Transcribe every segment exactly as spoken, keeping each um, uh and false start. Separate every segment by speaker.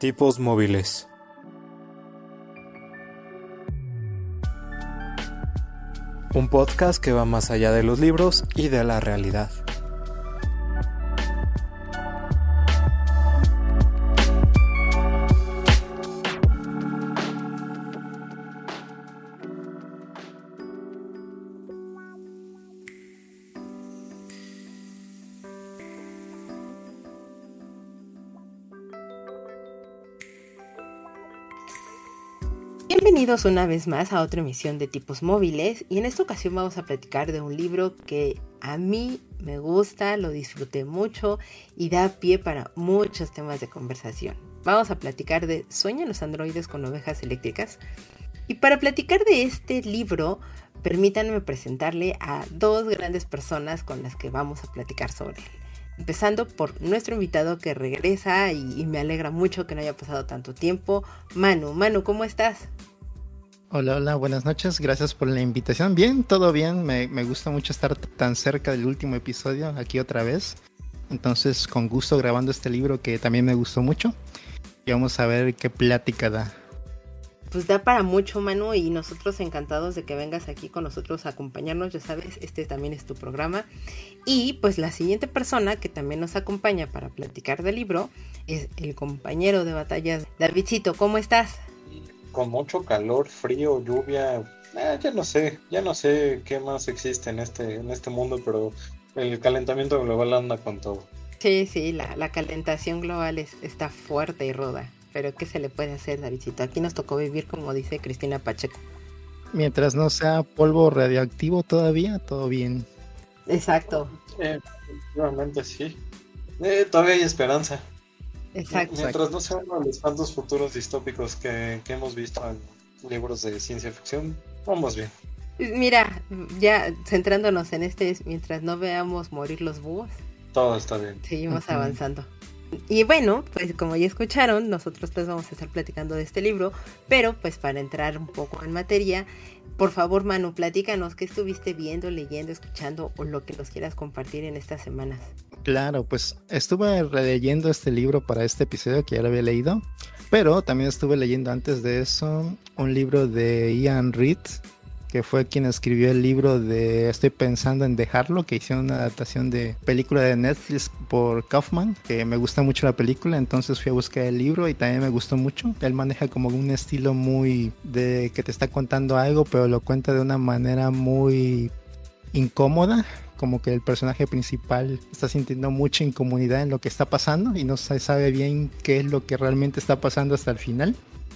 Speaker 1: Tipos móviles. Un podcast que va más allá de los libros y de la realidad.
Speaker 2: Bienvenidos una vez más a otra emisión de Tipos Móviles, y en esta ocasión vamos a platicar de un libro que a mí me gusta, lo disfruté mucho y da pie para muchos temas de conversación. Vamos a platicar de ¿Sueñan los androides con ovejas eléctricas? Y para platicar de este libro, permítanme presentarle a dos grandes personas con las que vamos a platicar sobre él. Empezando por nuestro invitado que regresa y, y me alegra mucho que no haya pasado tanto tiempo, Manu. Manu, ¿cómo estás?
Speaker 3: Hola, hola, buenas noches, gracias por la invitación. Bien, todo bien, me, me gusta mucho estar tan cerca del último episodio, aquí otra vez. Entonces, con gusto grabando este libro que también me gustó mucho. Y vamos a ver qué plática da.
Speaker 2: Pues da para mucho, Manu, y nosotros encantados de que vengas aquí con nosotros a acompañarnos. Ya sabes, este también es tu programa. Y pues la siguiente persona que también nos acompaña para platicar del libro es el compañero de batallas, Davidcito. ¿Cómo estás?
Speaker 4: Con mucho calor, frío, lluvia, eh, ya no sé, ya no sé qué más existe en este, en este mundo, pero el calentamiento global anda con todo.
Speaker 2: Sí, sí, la, la calentación global es, está fuerte y ruda. Pero ¿qué se le puede hacer, Davidcito? Aquí nos tocó vivir, como dice Cristina Pacheco.
Speaker 3: Mientras no sea polvo radioactivo todavía, todo bien.
Speaker 2: Exacto.
Speaker 4: Eh, efectivamente sí. Eh, todavía hay esperanza.
Speaker 2: Exacto.
Speaker 4: Mientras no sea uno de los tantos futuros distópicos que, que hemos visto en libros de ciencia ficción, vamos bien.
Speaker 2: Mira, ya centrándonos en este, mientras no veamos morir los búhos,
Speaker 4: todo está bien.
Speaker 2: Seguimos
Speaker 3: Uh-huh.
Speaker 2: avanzando. Y bueno, pues como ya escucharon, nosotros les vamos a estar platicando de este libro, pero pues para entrar un poco en materia, por favor, Manu, platícanos qué estuviste viendo, leyendo, escuchando o lo que nos quieras compartir en estas semanas.
Speaker 3: Claro, pues estuve releyendo este libro para este episodio que ya lo había leído, pero también estuve leyendo antes de eso un libro de Ian Reid, que fue quien escribió el libro de Estoy pensando en dejarlo, que hicieron una adaptación de película de Netflix por Kaufman, que me gusta mucho la película, entonces fui a buscar el libro y también me gustó mucho. Él maneja como un estilo muy de que te está contando algo, pero lo cuenta de una manera muy incómoda, como que el personaje principal está sintiendo mucha incomodidad en lo que está pasando y no se sabe bien qué es lo que realmente está pasando hasta el final.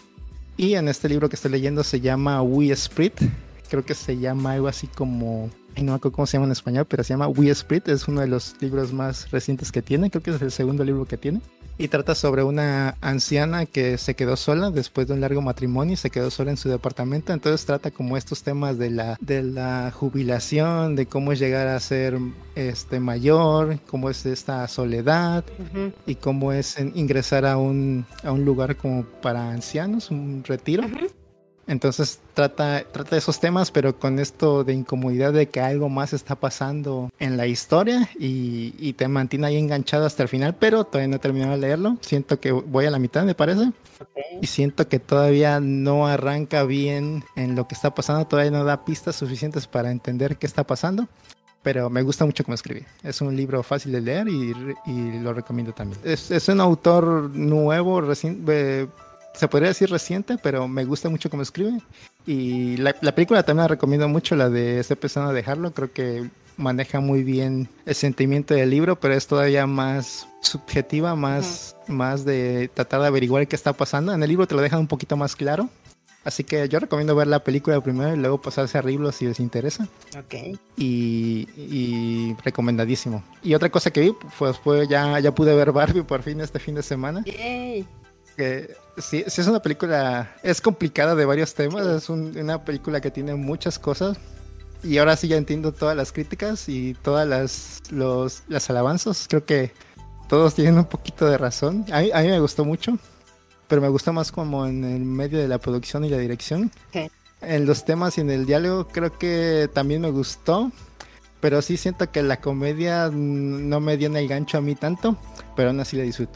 Speaker 3: Y en este libro que estoy leyendo se llama We Split. Creo que se llama algo así como, ay, no me acuerdo cómo se llama en español, pero se llama We Split. Es uno de los libros más recientes que tiene, creo que es el segundo libro que tiene. Y trata sobre una anciana que se quedó sola después de un largo matrimonio y se quedó sola en su departamento. Entonces trata como estos temas de la, de la jubilación, de cómo es llegar a ser este, mayor, cómo es esta soledad, uh-huh. y cómo es en, ingresar a un, a un lugar como para ancianos, un retiro. Uh-huh. Entonces trata, trata de esos temas, pero con esto de incomodidad de que algo más está pasando en la historia y, y te mantiene ahí enganchado hasta el final, pero todavía no he terminado de leerlo. Siento que voy a la mitad, me parece. Okay. Y siento que todavía no arranca bien en lo que está pasando, todavía no da pistas suficientes para entender qué está pasando. Pero me gusta mucho cómo escribe. Es un libro fácil de leer y, y lo recomiendo también. Es, es un autor nuevo, recién... Eh, se podría decir reciente, pero me gusta mucho cómo escribe. Y la, la película también la recomiendo mucho, la de Estoy pensando en dejarlo. Creo que maneja muy bien el sentimiento del libro, pero es todavía más subjetiva, más, uh-huh. más de tratar de averiguar qué está pasando. En el libro te lo dejan un poquito más claro. Así que yo recomiendo ver la película primero y luego pasarse a libros si les interesa.
Speaker 2: Ok.
Speaker 3: Y, y recomendadísimo. Y otra cosa que vi, pues fue ya, ya pude ver Barbie por fin este fin de semana.
Speaker 2: Yay.
Speaker 3: Que sí, sí es una película, es complicada de varios temas, sí. Es un, una película que tiene muchas cosas y ahora sí ya entiendo todas las críticas y todas las, los, las alabanzas. Creo que todos tienen un poquito de razón. A mí, a mí me gustó mucho, pero me gustó más como en el medio de la producción y la dirección.
Speaker 2: Okay.
Speaker 3: En los temas y en el diálogo creo que también me gustó, pero sí siento que la comedia no me dio en el gancho a mí tanto, pero aún así la disfruté.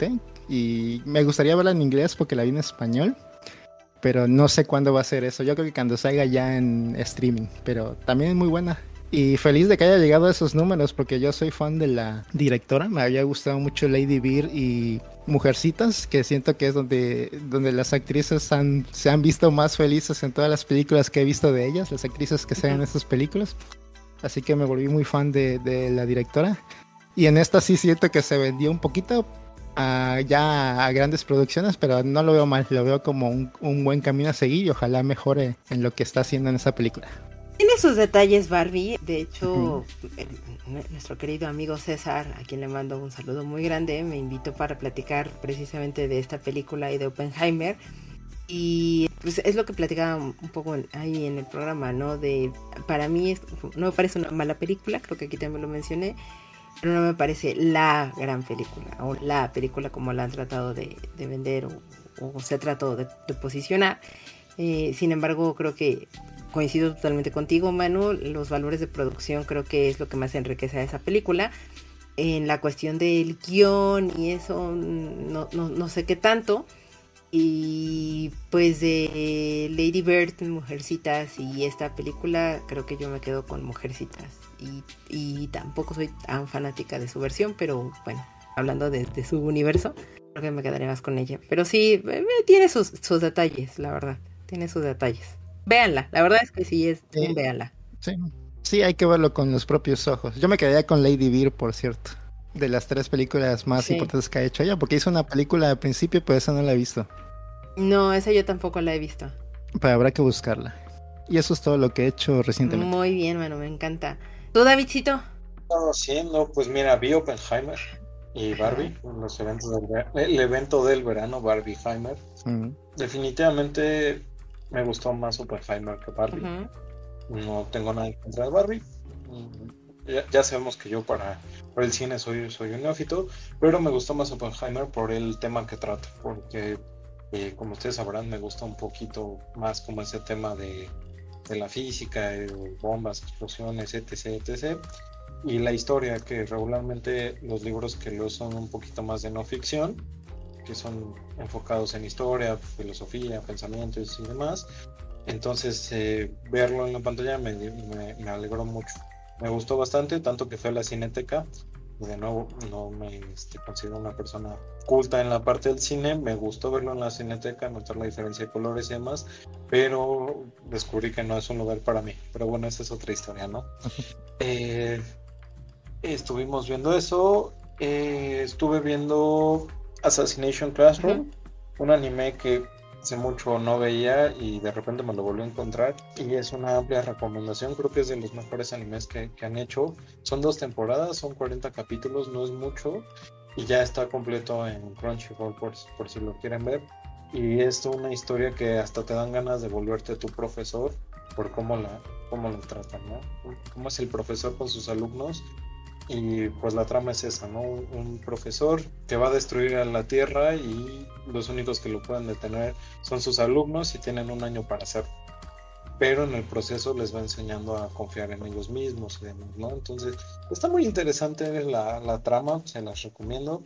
Speaker 3: y me gustaría verla en inglés porque la vi en español, pero no sé cuándo va a ser eso. Yo creo que cuando salga ya en streaming, pero también es muy buena. Y feliz de que haya llegado a esos números porque yo soy fan de la directora. Me había gustado mucho Lady Bird y Mujercitas, que siento que es donde, donde las actrices han, se han visto más felices en todas las películas que he visto de ellas, las actrices que salen en estas películas. Así que me volví muy fan de, de la directora. Y en esta sí siento que se vendió un poquito a, ya a grandes producciones, pero no lo veo mal, lo veo como un, un buen camino a seguir y ojalá mejore en lo que está haciendo en esa película.
Speaker 2: Tiene sus detalles Barbie, de hecho uh-huh. eh, nuestro querido amigo César, a quien le mando un saludo muy grande, me invitó para platicar precisamente de esta película y de Oppenheimer, y pues es lo que platicaba un poco ahí en el programa, ¿no? De, para mí es, no me parece una mala película, creo que aquí también lo mencioné, pero no me parece la gran película, o la película como la han tratado de, de vender, o, o se ha tratado de, de posicionar. Eh, sin embargo, creo que coincido totalmente contigo, Manu. Los valores de producción creo que es lo que más enriquece a esa película. En la cuestión del guión y eso, no, no, no sé qué tanto. Y pues de Lady Bird, Mujercitas y esta película, creo que yo me quedo con Mujercitas. Y, y tampoco soy tan fanática de su versión, pero bueno, hablando de, de su universo, creo que me quedaré más con ella. Pero sí, tiene sus, sus detalles, la verdad. Tiene sus detalles. Véanla, la verdad es que sí, es sí, un véanla.
Speaker 3: Sí. sí, hay que verlo con los propios ojos. Yo me quedaría con Lady Bird, por cierto, de las tres películas más sí. importantes que ha hecho ella, porque hizo una película al principio, pero esa no la he visto.
Speaker 2: No, esa yo tampoco la he visto.
Speaker 3: Pero habrá que buscarla. Y eso es todo lo que he hecho recientemente.
Speaker 2: Muy bien, mano, me encanta. ¿Tú, Davidcito?
Speaker 4: Estaba haciendo, pues mira, vi Oppenheimer y Barbie, los eventos del ver- el evento del verano, Barbieheimer. Uh-huh. Definitivamente me gustó más Oppenheimer que Barbie. Uh-huh. No tengo nada en contra de Barbie. Ya, ya sabemos que yo para, para el cine soy, soy un neófito, pero me gustó más Oppenheimer por el tema que trata, porque eh, como ustedes sabrán, me gusta un poquito más como ese tema de, de la física, eh, bombas, explosiones, etc, etc. Y la historia, que regularmente los libros que leo son un poquito más de no ficción, que son enfocados en historia, filosofía, pensamientos y demás. Entonces eh, verlo en la pantalla me, me, me alegró mucho. Me gustó bastante, tanto que fue a la Cineteca. De nuevo, no me este, considero una persona culta en la parte del cine. Me gustó verlo en la Cineteca, notar la diferencia de colores y demás, pero descubrí que no es un lugar para mí. Pero bueno, esa es otra historia, ¿no? eh, estuvimos viendo eso. Eh, estuve viendo Assassination Classroom, uh-huh. un anime que hace mucho no veía y de repente me lo volví a encontrar, y es una amplia recomendación. Creo que es de los mejores animes que, que han hecho. Son dos temporadas, son cuarenta capítulos, no es mucho, y ya está completo en Crunchyroll por, por si lo quieren ver. Y es una historia que hasta te dan ganas de volverte tu profesor por cómo la, cómo la tratan, ¿no? Cómo es el profesor con sus alumnos. Y pues la trama es esa, ¿no? Un profesor que va a destruir a la Tierra y los únicos que lo pueden detener son sus alumnos y tienen un año para hacerlo. Pero en el proceso les va enseñando a confiar en ellos mismos y demás, ¿no? Entonces está muy interesante la, la trama, se las recomiendo.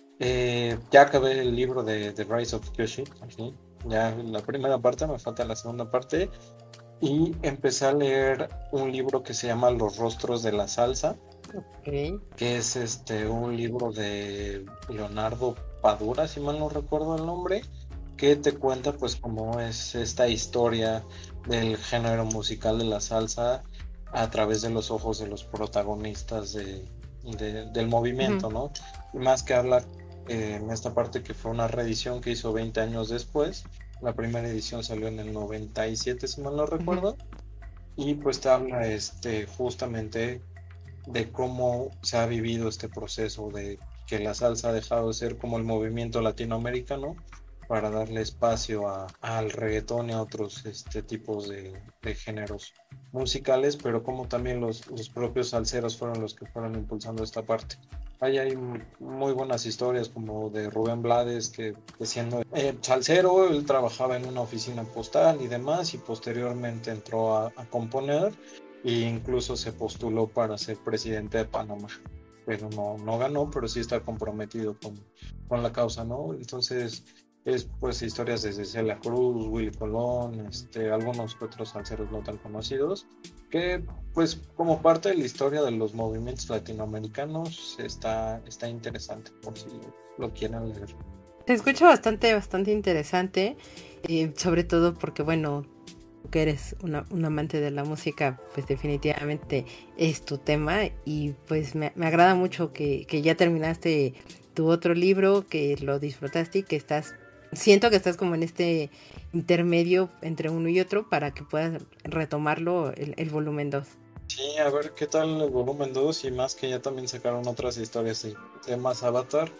Speaker 4: Eh, ya acabé el libro de The Rise of Kyoshi, ¿sí? Ya la primera parte, me falta la segunda parte. Y empecé a leer un libro que se llama Los Rostros de la Salsa. Okay. Que es este un libro de Leonardo Padura, si mal no recuerdo el nombre, que te cuenta pues cómo es esta historia del género musical de la salsa a través de los ojos de los protagonistas de, de, del movimiento, uh-huh. ¿no? Y más que habla eh, en esta parte que fue una reedición que hizo veinte años después. La primera edición salió en el noventa y siete, si mal no recuerdo, uh-huh. y pues te habla este justamente de cómo se ha vivido este proceso de que la salsa ha dejado de ser como el movimiento latinoamericano para darle espacio a, al reggaetón y a otros este, tipos de, de géneros musicales, pero como también los, los propios salseros fueron los que fueron impulsando esta parte. Ahí hay muy buenas historias como de Rubén Blades, que, que siendo eh, salsero, él trabajaba en una oficina postal y demás, y posteriormente entró a, a componer, e incluso se postuló para ser presidente de Panamá. pero no, no ganó, pero sí está comprometido con, con la causa, ¿no? Entonces es pues historias desde Celia Cruz, Willy Colón, este, algunos otros salseros no tan conocidos, que pues como parte de la historia de los movimientos latinoamericanos está, está interesante por si lo quieren leer.
Speaker 2: Se escucha bastante, bastante interesante, eh, sobre todo porque bueno, tú que eres una, un amante de la música, pues definitivamente es tu tema y pues me, me agrada mucho que, que ya terminaste tu otro libro, que lo disfrutaste y que estás, siento que estás como en este intermedio entre uno y otro para que puedas retomarlo el, el volumen dos.
Speaker 4: Sí, a ver qué tal el volumen dos y más que ya también sacaron otras historias de temas Avatar.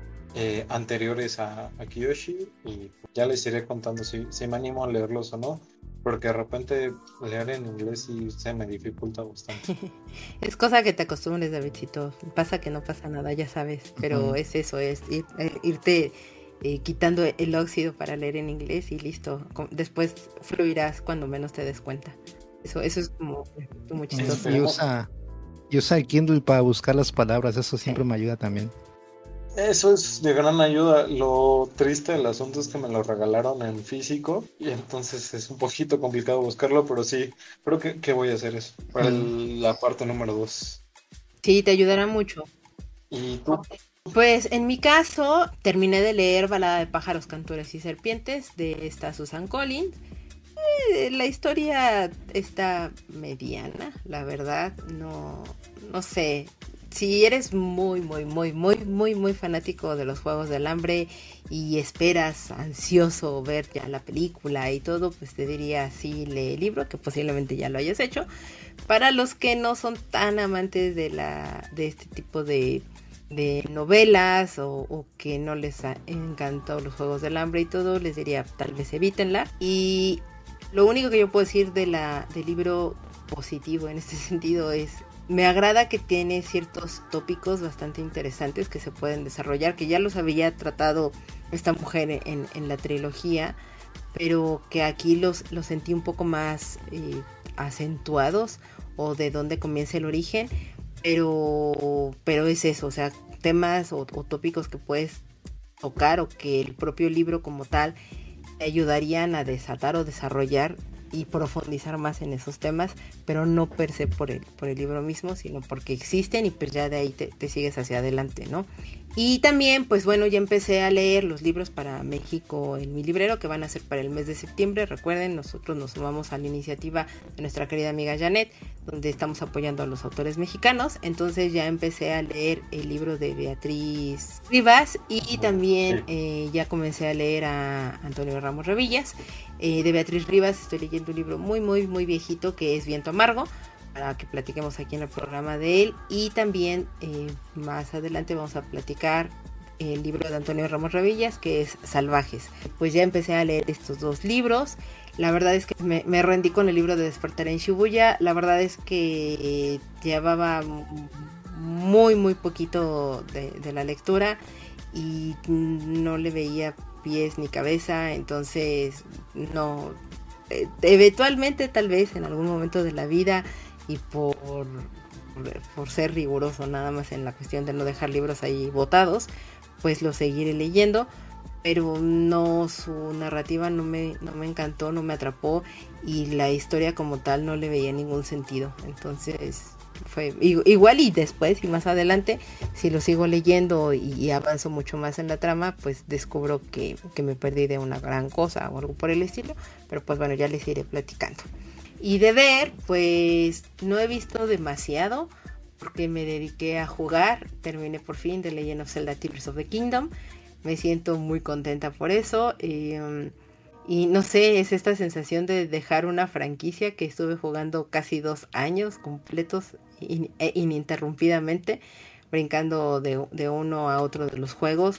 Speaker 4: Eh, anteriores a, a Kiyoshi y ya les iré contando si, si me animo a leerlos o no, porque de repente leer en inglés y se me dificulta bastante.
Speaker 2: Es cosa que te acostumbres, Davidcito, pasa que no pasa nada, ya sabes, pero uh-huh. es eso, es ir, irte eh, quitando el óxido para leer en inglés y listo, después fluirás cuando menos te des cuenta. Eso, eso es como muy chistoso.
Speaker 3: Y usa, y usa el Kindle para buscar las palabras, eso siempre sí. me ayuda también.
Speaker 4: Eso es de gran ayuda. Lo triste del asunto es que me lo regalaron en físico y entonces es un poquito complicado buscarlo, pero sí, creo que, que voy a hacer eso para el, la parte número dos.
Speaker 2: Sí, te ayudará mucho.
Speaker 4: ¿Y tú?
Speaker 2: Pues en mi caso terminé de leer Balada de pájaros, cantores y serpientes de esta Susan Collins. Eh, la historia está mediana, la verdad, no, no sé. Si eres muy, muy, muy, muy, muy, muy fanático de los Juegos del Hambre y esperas ansioso ver ya la película y todo, pues te diría sí, lee el libro, que posiblemente ya lo hayas hecho. Para los que no son tan amantes de la de este tipo de, de novelas o, o que no les ha encantado los Juegos del Hambre y todo, les diría tal vez evítenla. Y lo único que yo puedo decir de la del libro positivo en este sentido es: me agrada que tiene ciertos tópicos bastante interesantes que se pueden desarrollar, que ya los había tratado esta mujer en, en la trilogía, pero que aquí los, los sentí un poco más eh, acentuados o de dónde comienza el origen, pero, pero es eso, o sea, temas o, o tópicos que puedes tocar o que el propio libro como tal te ayudarían a desatar o desarrollar y profundizar más en esos temas, pero no per se por el, por el libro mismo, sino porque existen y pues ya de ahí te, te sigues hacia adelante, ¿no? Y también, pues bueno, ya empecé a leer los libros para México en mi librero, que van a ser para el mes de septiembre. Recuerden, nosotros nos sumamos a la iniciativa de nuestra querida amiga Janet, donde estamos apoyando a los autores mexicanos. Entonces ya empecé a leer el libro de Beatriz Rivas y también eh, ya comencé a leer a Antonio Ramos Revillas. Eh, de Beatriz Rivas estoy leyendo un libro muy, muy, muy viejito que es Viento Amargo, para que platiquemos aquí en el programa de él. Y también eh, más adelante vamos a platicar el libro de Antonio Ramos Revillas, que es Salvajes. Pues ya empecé a leer estos dos libros. La verdad es que me, me rendí con el libro de Despertar en Shibuya. La verdad es que eh, llevaba muy, muy poquito de, de la lectura y no le veía pies ni cabeza, entonces no, eh, eventualmente tal vez en algún momento de la vida y por, por por ser riguroso nada más en la cuestión de no dejar libros ahí botados, pues lo seguiré leyendo, pero no, su narrativa no me, no me encantó, no me atrapó y la historia como tal no le veía ningún sentido. Entonces fue igual y después y más adelante, si lo sigo leyendo y, y avanzo mucho más en la trama, pues descubro que, que me perdí de una gran cosa o algo por el estilo, pero pues bueno, ya les iré platicando. Y de ver, pues no he visto demasiado porque me dediqué a jugar. Terminé por fin The Legend of Zelda Tears of the Kingdom. Me siento muy contenta por eso. Eh, y no sé, es esta sensación de dejar una franquicia que estuve jugando casi dos años completos in, e ininterrumpidamente, brincando de, de uno a otro de los juegos.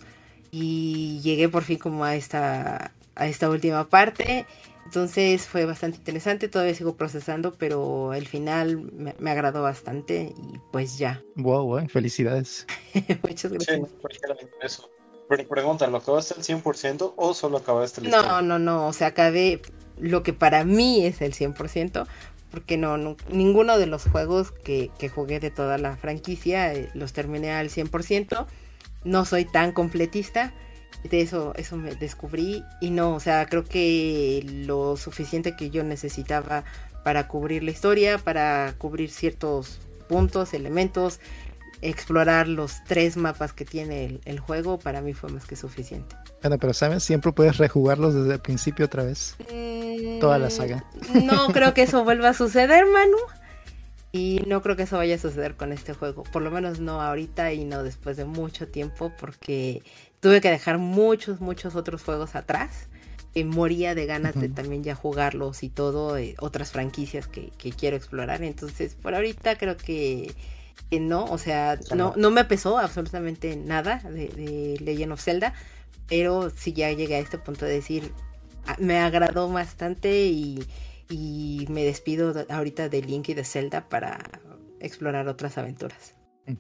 Speaker 2: Y llegué por fin como a esta, a esta última parte. Entonces fue bastante interesante, todavía sigo procesando, pero el final me, me agradó bastante y pues ya.
Speaker 3: Wow, eh, felicidades.
Speaker 2: Muchas gracias.
Speaker 4: Sí, eso. Pero pregunta, ¿lo acabaste al cien por ciento o solo acabaste el
Speaker 2: No, no, no, o sea, acabé lo que para mí es el cien por ciento, porque no, no ninguno de los juegos que, que jugué de toda la franquicia eh, los terminé al cien por ciento. No soy tan completista, de eso, eso me descubrí y no, o sea, creo que lo suficiente que yo necesitaba para cubrir la historia, para cubrir ciertos puntos, elementos, explorar los tres mapas que tiene el, el juego, para mí fue más que suficiente.
Speaker 3: Bueno, pero ¿sabes? Siempre puedes rejugarlos desde el principio otra vez. Mm, Toda la saga.
Speaker 2: No creo que eso vuelva a suceder, Manu. Y no creo que eso vaya a suceder con este juego. Por lo menos no ahorita y no después de mucho tiempo, porque tuve que dejar muchos, muchos otros juegos atrás. Y moría de ganas uh-huh. de también ya jugarlos y todo. Eh, otras franquicias que, que quiero explorar. Entonces, por ahorita creo que, que no. O sea, no, no me pesó absolutamente nada de, de Legend of Zelda. Pero sí ya llegué a este punto de decir, me agradó bastante y... y me despido ahorita de Link y de Zelda para explorar otras aventuras.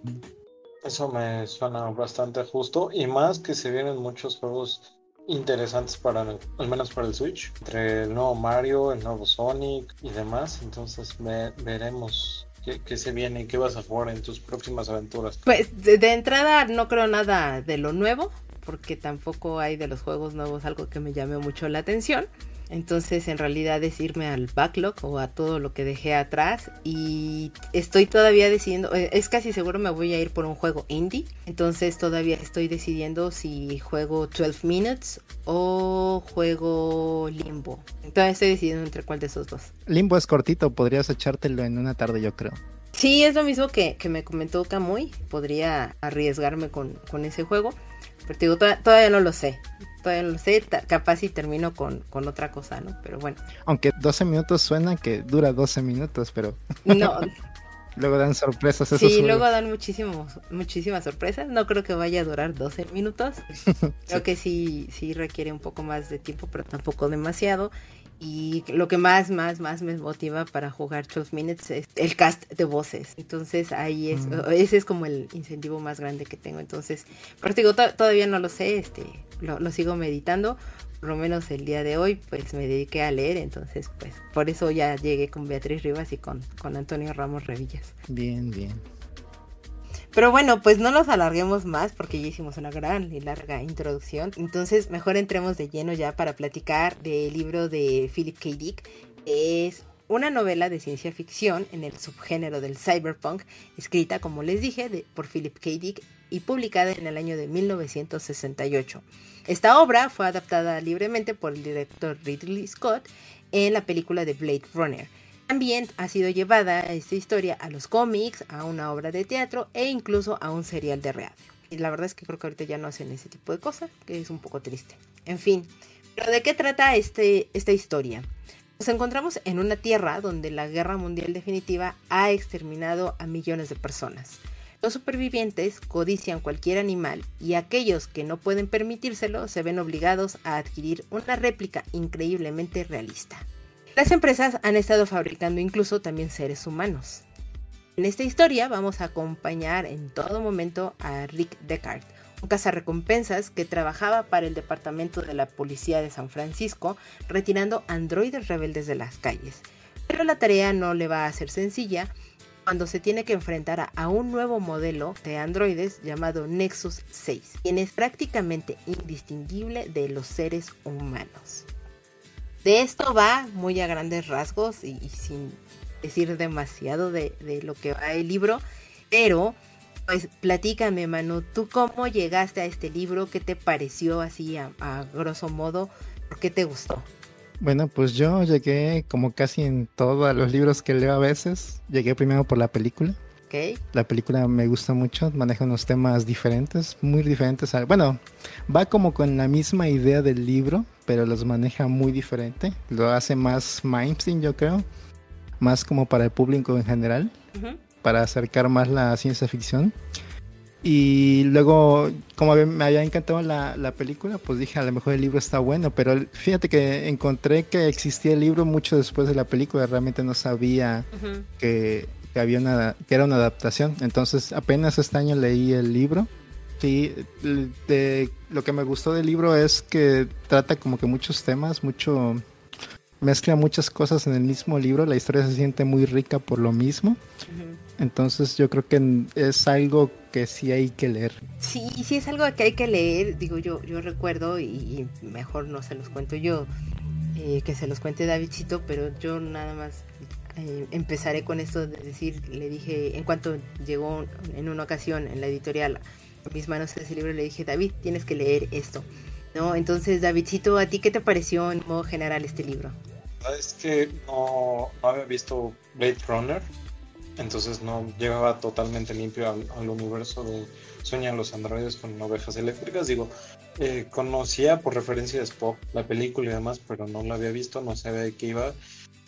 Speaker 4: Eso me suena bastante justo, y más que se vienen muchos juegos interesantes para el, al menos para el Switch, entre el nuevo Mario, el nuevo Sonic y demás. Entonces me, veremos qué, qué se viene y qué vas a jugar en tus próximas aventuras.
Speaker 2: Pues de, de entrada no creo nada de lo nuevo, porque tampoco hay de los juegos nuevos algo que me llame mucho la atención. Entonces en realidad es irme al backlog o a todo lo que dejé atrás, y estoy todavía decidiendo, es casi seguro me voy a ir por un juego indie. Entonces todavía estoy decidiendo si juego doce minutes o juego Limbo. Todavía estoy decidiendo entre cuál de esos dos.
Speaker 3: Limbo es cortito, podrías echártelo en una tarde, yo creo.
Speaker 2: Sí, es lo mismo que, que me comentó Kamui, podría arriesgarme con, con ese juego. Pero te digo, to- todavía no lo sé. Todavía no lo sé. Ta- capaz si termino con, con otra cosa, ¿no? Pero bueno.
Speaker 3: Aunque doce minutos suena que dura doce minutos, pero...
Speaker 2: No.
Speaker 3: Luego dan sorpresas esos
Speaker 2: Sí,
Speaker 3: juegos.
Speaker 2: luego dan muchísimos, muchísimas sorpresas. No creo que vaya a durar doce minutos. Creo sí. que sí, sí requiere un poco más de tiempo, pero tampoco demasiado. Y lo que más, más, más me motiva para jugar doce minutes es el cast de voces. Entonces ahí es, mm. ese es como el incentivo más grande que tengo. Entonces, pero te digo, to- todavía no lo sé, este, lo, lo sigo meditando. Por lo menos el día de hoy, pues me dediqué a leer. Entonces, pues por eso ya llegué con Beatriz Rivas y con, con Antonio Ramos Revillas.
Speaker 3: Bien, bien.
Speaker 2: Pero bueno, pues no nos alarguemos más porque ya hicimos una gran y larga introducción. Entonces mejor entremos de lleno ya para platicar del libro de Philip K. Dick. Es una novela de ciencia ficción en el subgénero del cyberpunk, escrita, como les dije, de, por Philip K. Dick y publicada en el año de mil novecientos sesenta y ocho. Esta obra fue adaptada libremente por el director Ridley Scott en la película de Blade Runner. También ha sido llevada esta historia a los cómics, a una obra de teatro e incluso a un serial de radio. Y la verdad es que creo que ahorita ya no hacen ese tipo de cosas, que es un poco triste. En fin, ¿pero de qué trata este, esta historia? Nos encontramos en una tierra donde la guerra mundial definitiva ha exterminado a millones de personas. Los supervivientes codician cualquier animal y aquellos que no pueden permitírselo se ven obligados a adquirir una réplica increíblemente realista. Las empresas han estado fabricando incluso también seres humanos. En esta historia vamos a acompañar en todo momento a Rick Deckard, un cazarrecompensas que trabajaba para el departamento de la policía de San Francisco, retirando androides rebeldes de las calles. Pero la tarea no le va a ser sencilla cuando se tiene que enfrentar a, a un nuevo modelo de androides llamado Nexus seis, quien es prácticamente indistinguible de los seres humanos. De esto va muy a grandes rasgos y, y sin decir demasiado de, de lo que va el libro, pero pues platícame, Manu, ¿tú cómo llegaste a este libro? ¿Qué te pareció así a, a grosso modo? ¿Por qué te gustó?
Speaker 3: Bueno, pues yo llegué como casi en todos los libros que leo a veces, llegué primero por la película.
Speaker 2: Okay.
Speaker 3: La película me gusta mucho, maneja unos temas diferentes, muy diferentes. A, bueno, va como con la misma idea del libro, pero los maneja muy diferente. Lo hace más mainstream, yo creo, más como para el público en general, uh-huh. para acercar más la ciencia ficción. Y luego, como me había encantado la, la película, pues dije, a lo mejor el libro está bueno, pero fíjate que encontré que existía el libro mucho después de la película, realmente no sabía uh-huh. que... que había una que era una adaptación. Entonces apenas este año leí el libro. Sí, de, lo que me gustó del libro es que trata como que muchos temas, mucho mezcla muchas cosas en el mismo libro, la historia se siente muy rica por lo mismo. Uh-huh. Entonces yo creo que es algo que sí hay que leer.
Speaker 2: Sí, sí es algo que hay que leer, digo yo, yo recuerdo, y, y mejor no se los cuento yo, eh, que se los cuente Davidcito, pero yo nada más eh, empezaré con esto de decir, le dije, en cuanto llegó en una ocasión en la editorial a mis manos ese libro, le dije, David, tienes que leer esto, ¿no? Entonces, Davidcito, ¿a ti qué te pareció en modo general este libro?
Speaker 4: Es que no, no había visto Blade Runner, entonces no llegaba totalmente limpio al, al universo de Sueñan los androides con ovejas eléctricas. Digo, eh, conocía por referencia de Spock la película y demás, pero no la había visto, no sabía de qué iba.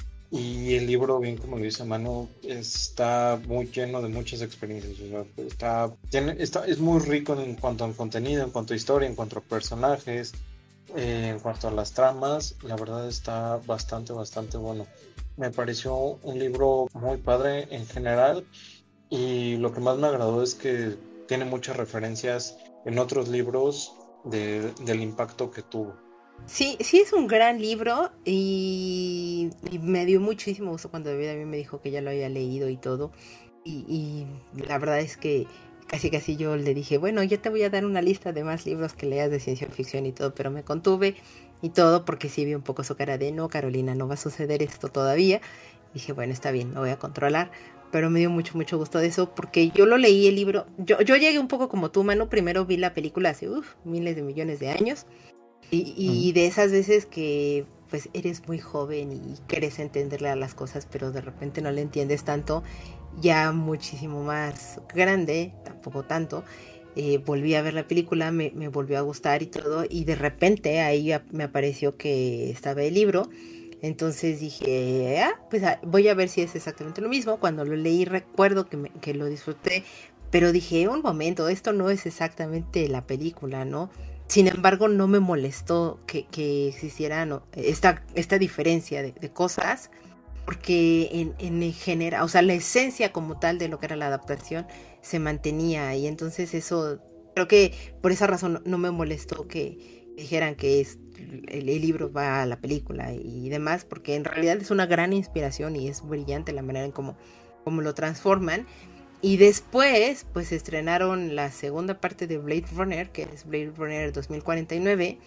Speaker 4: Y el libro, bien como lo dice Manu, está muy lleno de muchas experiencias. O sea, está, tiene, está, es muy rico en cuanto al contenido, en cuanto a historia, en cuanto a personajes, eh, en cuanto a las tramas. La verdad está bastante, bastante bueno. Me pareció un libro muy padre en general, y lo que más me agradó es que tiene muchas referencias en otros libros de, del impacto que tuvo.
Speaker 2: Sí, sí es un gran libro, y, y me dio muchísimo gusto cuando David a mí me dijo que ya lo había leído y todo, y, y la verdad es que casi casi yo le dije, bueno, ya te voy a dar una lista de más libros que leas de ciencia ficción y todo, pero me contuve y todo porque sí vi un poco su cara de no, Carolina, no va a suceder esto todavía. Dije, bueno, está bien, me voy a controlar, pero me dio mucho, mucho gusto de eso, porque yo lo leí el libro, yo, yo llegué un poco como tú, Manu, primero vi la película hace uf, miles de millones de años, y, y de esas veces que pues eres muy joven y quieres entenderle a las cosas, pero de repente no le entiendes tanto, ya muchísimo más grande, tampoco tanto, eh, volví a ver la película, me, me volvió a gustar y todo, y de repente ahí me apareció que estaba el libro, entonces dije, ah, pues voy a ver si es exactamente lo mismo. Cuando lo leí recuerdo que, me, que lo disfruté, pero dije, un momento, esto no es exactamente la película, ¿no? Sin embargo, no me molestó que, que existiera no, esta, esta diferencia de, de cosas, porque en, en general, o sea, la esencia como tal de lo que era la adaptación se mantenía, y entonces eso, creo que por esa razón no me molestó que dijeran que es, el, el libro va a la película y demás, porque en realidad es una gran inspiración y es brillante la manera en cómo, cómo lo transforman. Y después, pues estrenaron la segunda parte de Blade Runner, que es Blade Runner dos mil cuarenta y nueve,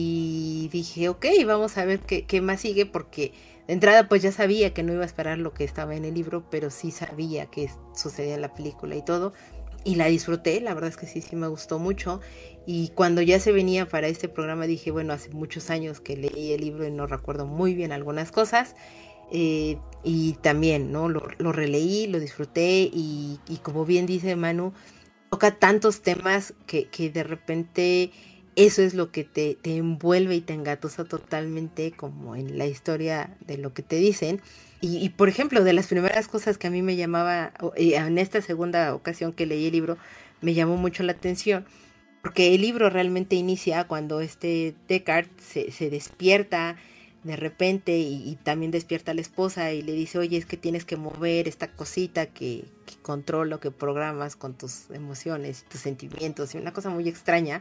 Speaker 2: y dije, ok, vamos a ver qué, qué más sigue, porque de entrada pues ya sabía que no iba a esperar lo que estaba en el libro, pero sí sabía que sucedía en la película y todo, y la disfruté, la verdad es que sí, sí me gustó mucho, y cuando ya se venía para este programa dije, bueno, hace muchos años que leí el libro y no recuerdo muy bien algunas cosas, Eh, y también, ¿no? Lo, lo releí, lo disfruté, y, y como bien dice Manu, toca tantos temas que, que de repente eso es lo que te, te envuelve y te engatusa totalmente como en la historia de lo que te dicen. Y, y por ejemplo, de las primeras cosas que a mí me llamaba, en esta segunda ocasión que leí el libro, me llamó mucho la atención, porque el libro realmente inicia cuando este Deckard se, se despierta de repente y, y también despierta a la esposa y le dice, oye, es que tienes que mover esta cosita que, que controla, que programas con tus emociones, tus sentimientos, y una cosa muy extraña,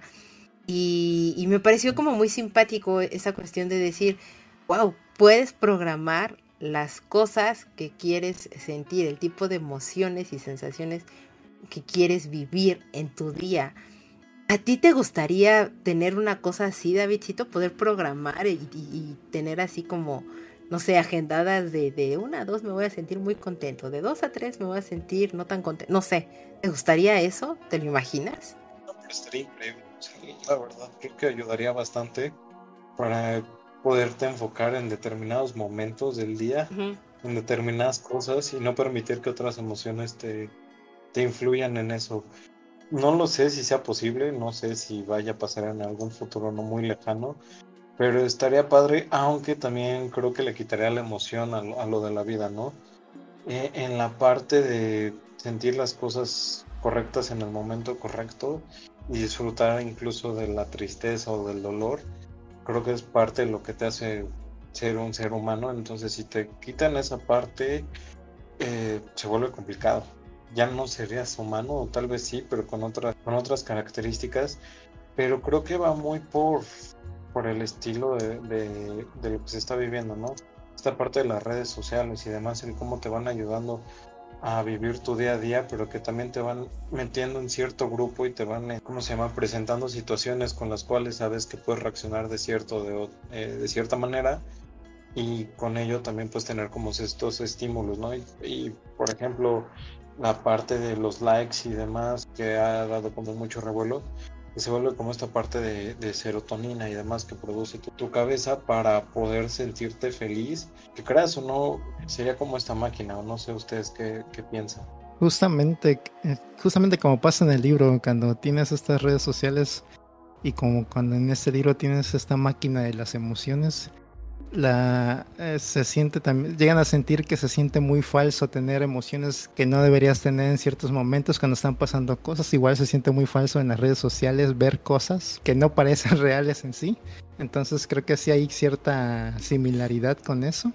Speaker 2: y, y me pareció como muy simpático esa cuestión de decir, wow, puedes programar las cosas que quieres sentir, el tipo de emociones y sensaciones que quieres vivir en tu día. ¿A ti te gustaría tener una cosa así, Davidcito? Poder programar y, y, y tener así como, no sé, agendadas de, de una a dos me voy a sentir muy contento, de dos a tres me voy a sentir no tan contento, no sé. ¿Te gustaría eso? ¿Te lo imaginas?
Speaker 4: No, pero estaría increíble. Sí, la verdad, creo que ayudaría bastante para poderte enfocar en determinados momentos del día, uh-huh. en determinadas cosas, y no permitir que otras emociones te, te influyan en eso. No lo sé si sea posible, no sé si vaya a pasar en algún futuro no muy lejano, pero estaría padre, aunque también creo que le quitaría la emoción a lo, a lo de la vida, ¿no? Eh, en la parte de sentir las cosas correctas en el momento correcto y disfrutar incluso de la tristeza o del dolor, creo que es parte de lo que te hace ser un ser humano. Entonces si te quitan esa parte, eh, se vuelve complicado. Ya no serías humano, o tal vez sí, pero con, otra, con otras características. Pero creo que va muy por, por el estilo de, de, de lo que se está viviendo, ¿no? Esta parte de las redes sociales y demás, el cómo te van ayudando a vivir tu día a día, pero que también te van metiendo en cierto grupo y te van, ¿cómo se llama?, presentando situaciones con las cuales sabes que puedes reaccionar de cierto de, eh, de cierta manera, y con ello también puedes tener como estos estímulos, ¿no? Y, y por ejemplo, la parte de los likes y demás, que ha dado como mucho revuelo, que se vuelve como esta parte de, de serotonina y demás que produce tu, tu cabeza para poder sentirte feliz. Que creas o no, sería como esta máquina, o no sé ustedes qué, qué piensan.
Speaker 3: Justamente, justamente como pasa en el libro, cuando tienes estas redes sociales y como cuando en este libro tienes esta máquina de las emociones, la eh, se siente también, llegan a sentir que se siente muy falso tener emociones que no deberías tener en ciertos momentos cuando están pasando cosas. Igual se siente muy falso en las redes sociales ver cosas que no parecen reales en sí. Entonces creo que sí hay cierta similaridad con eso.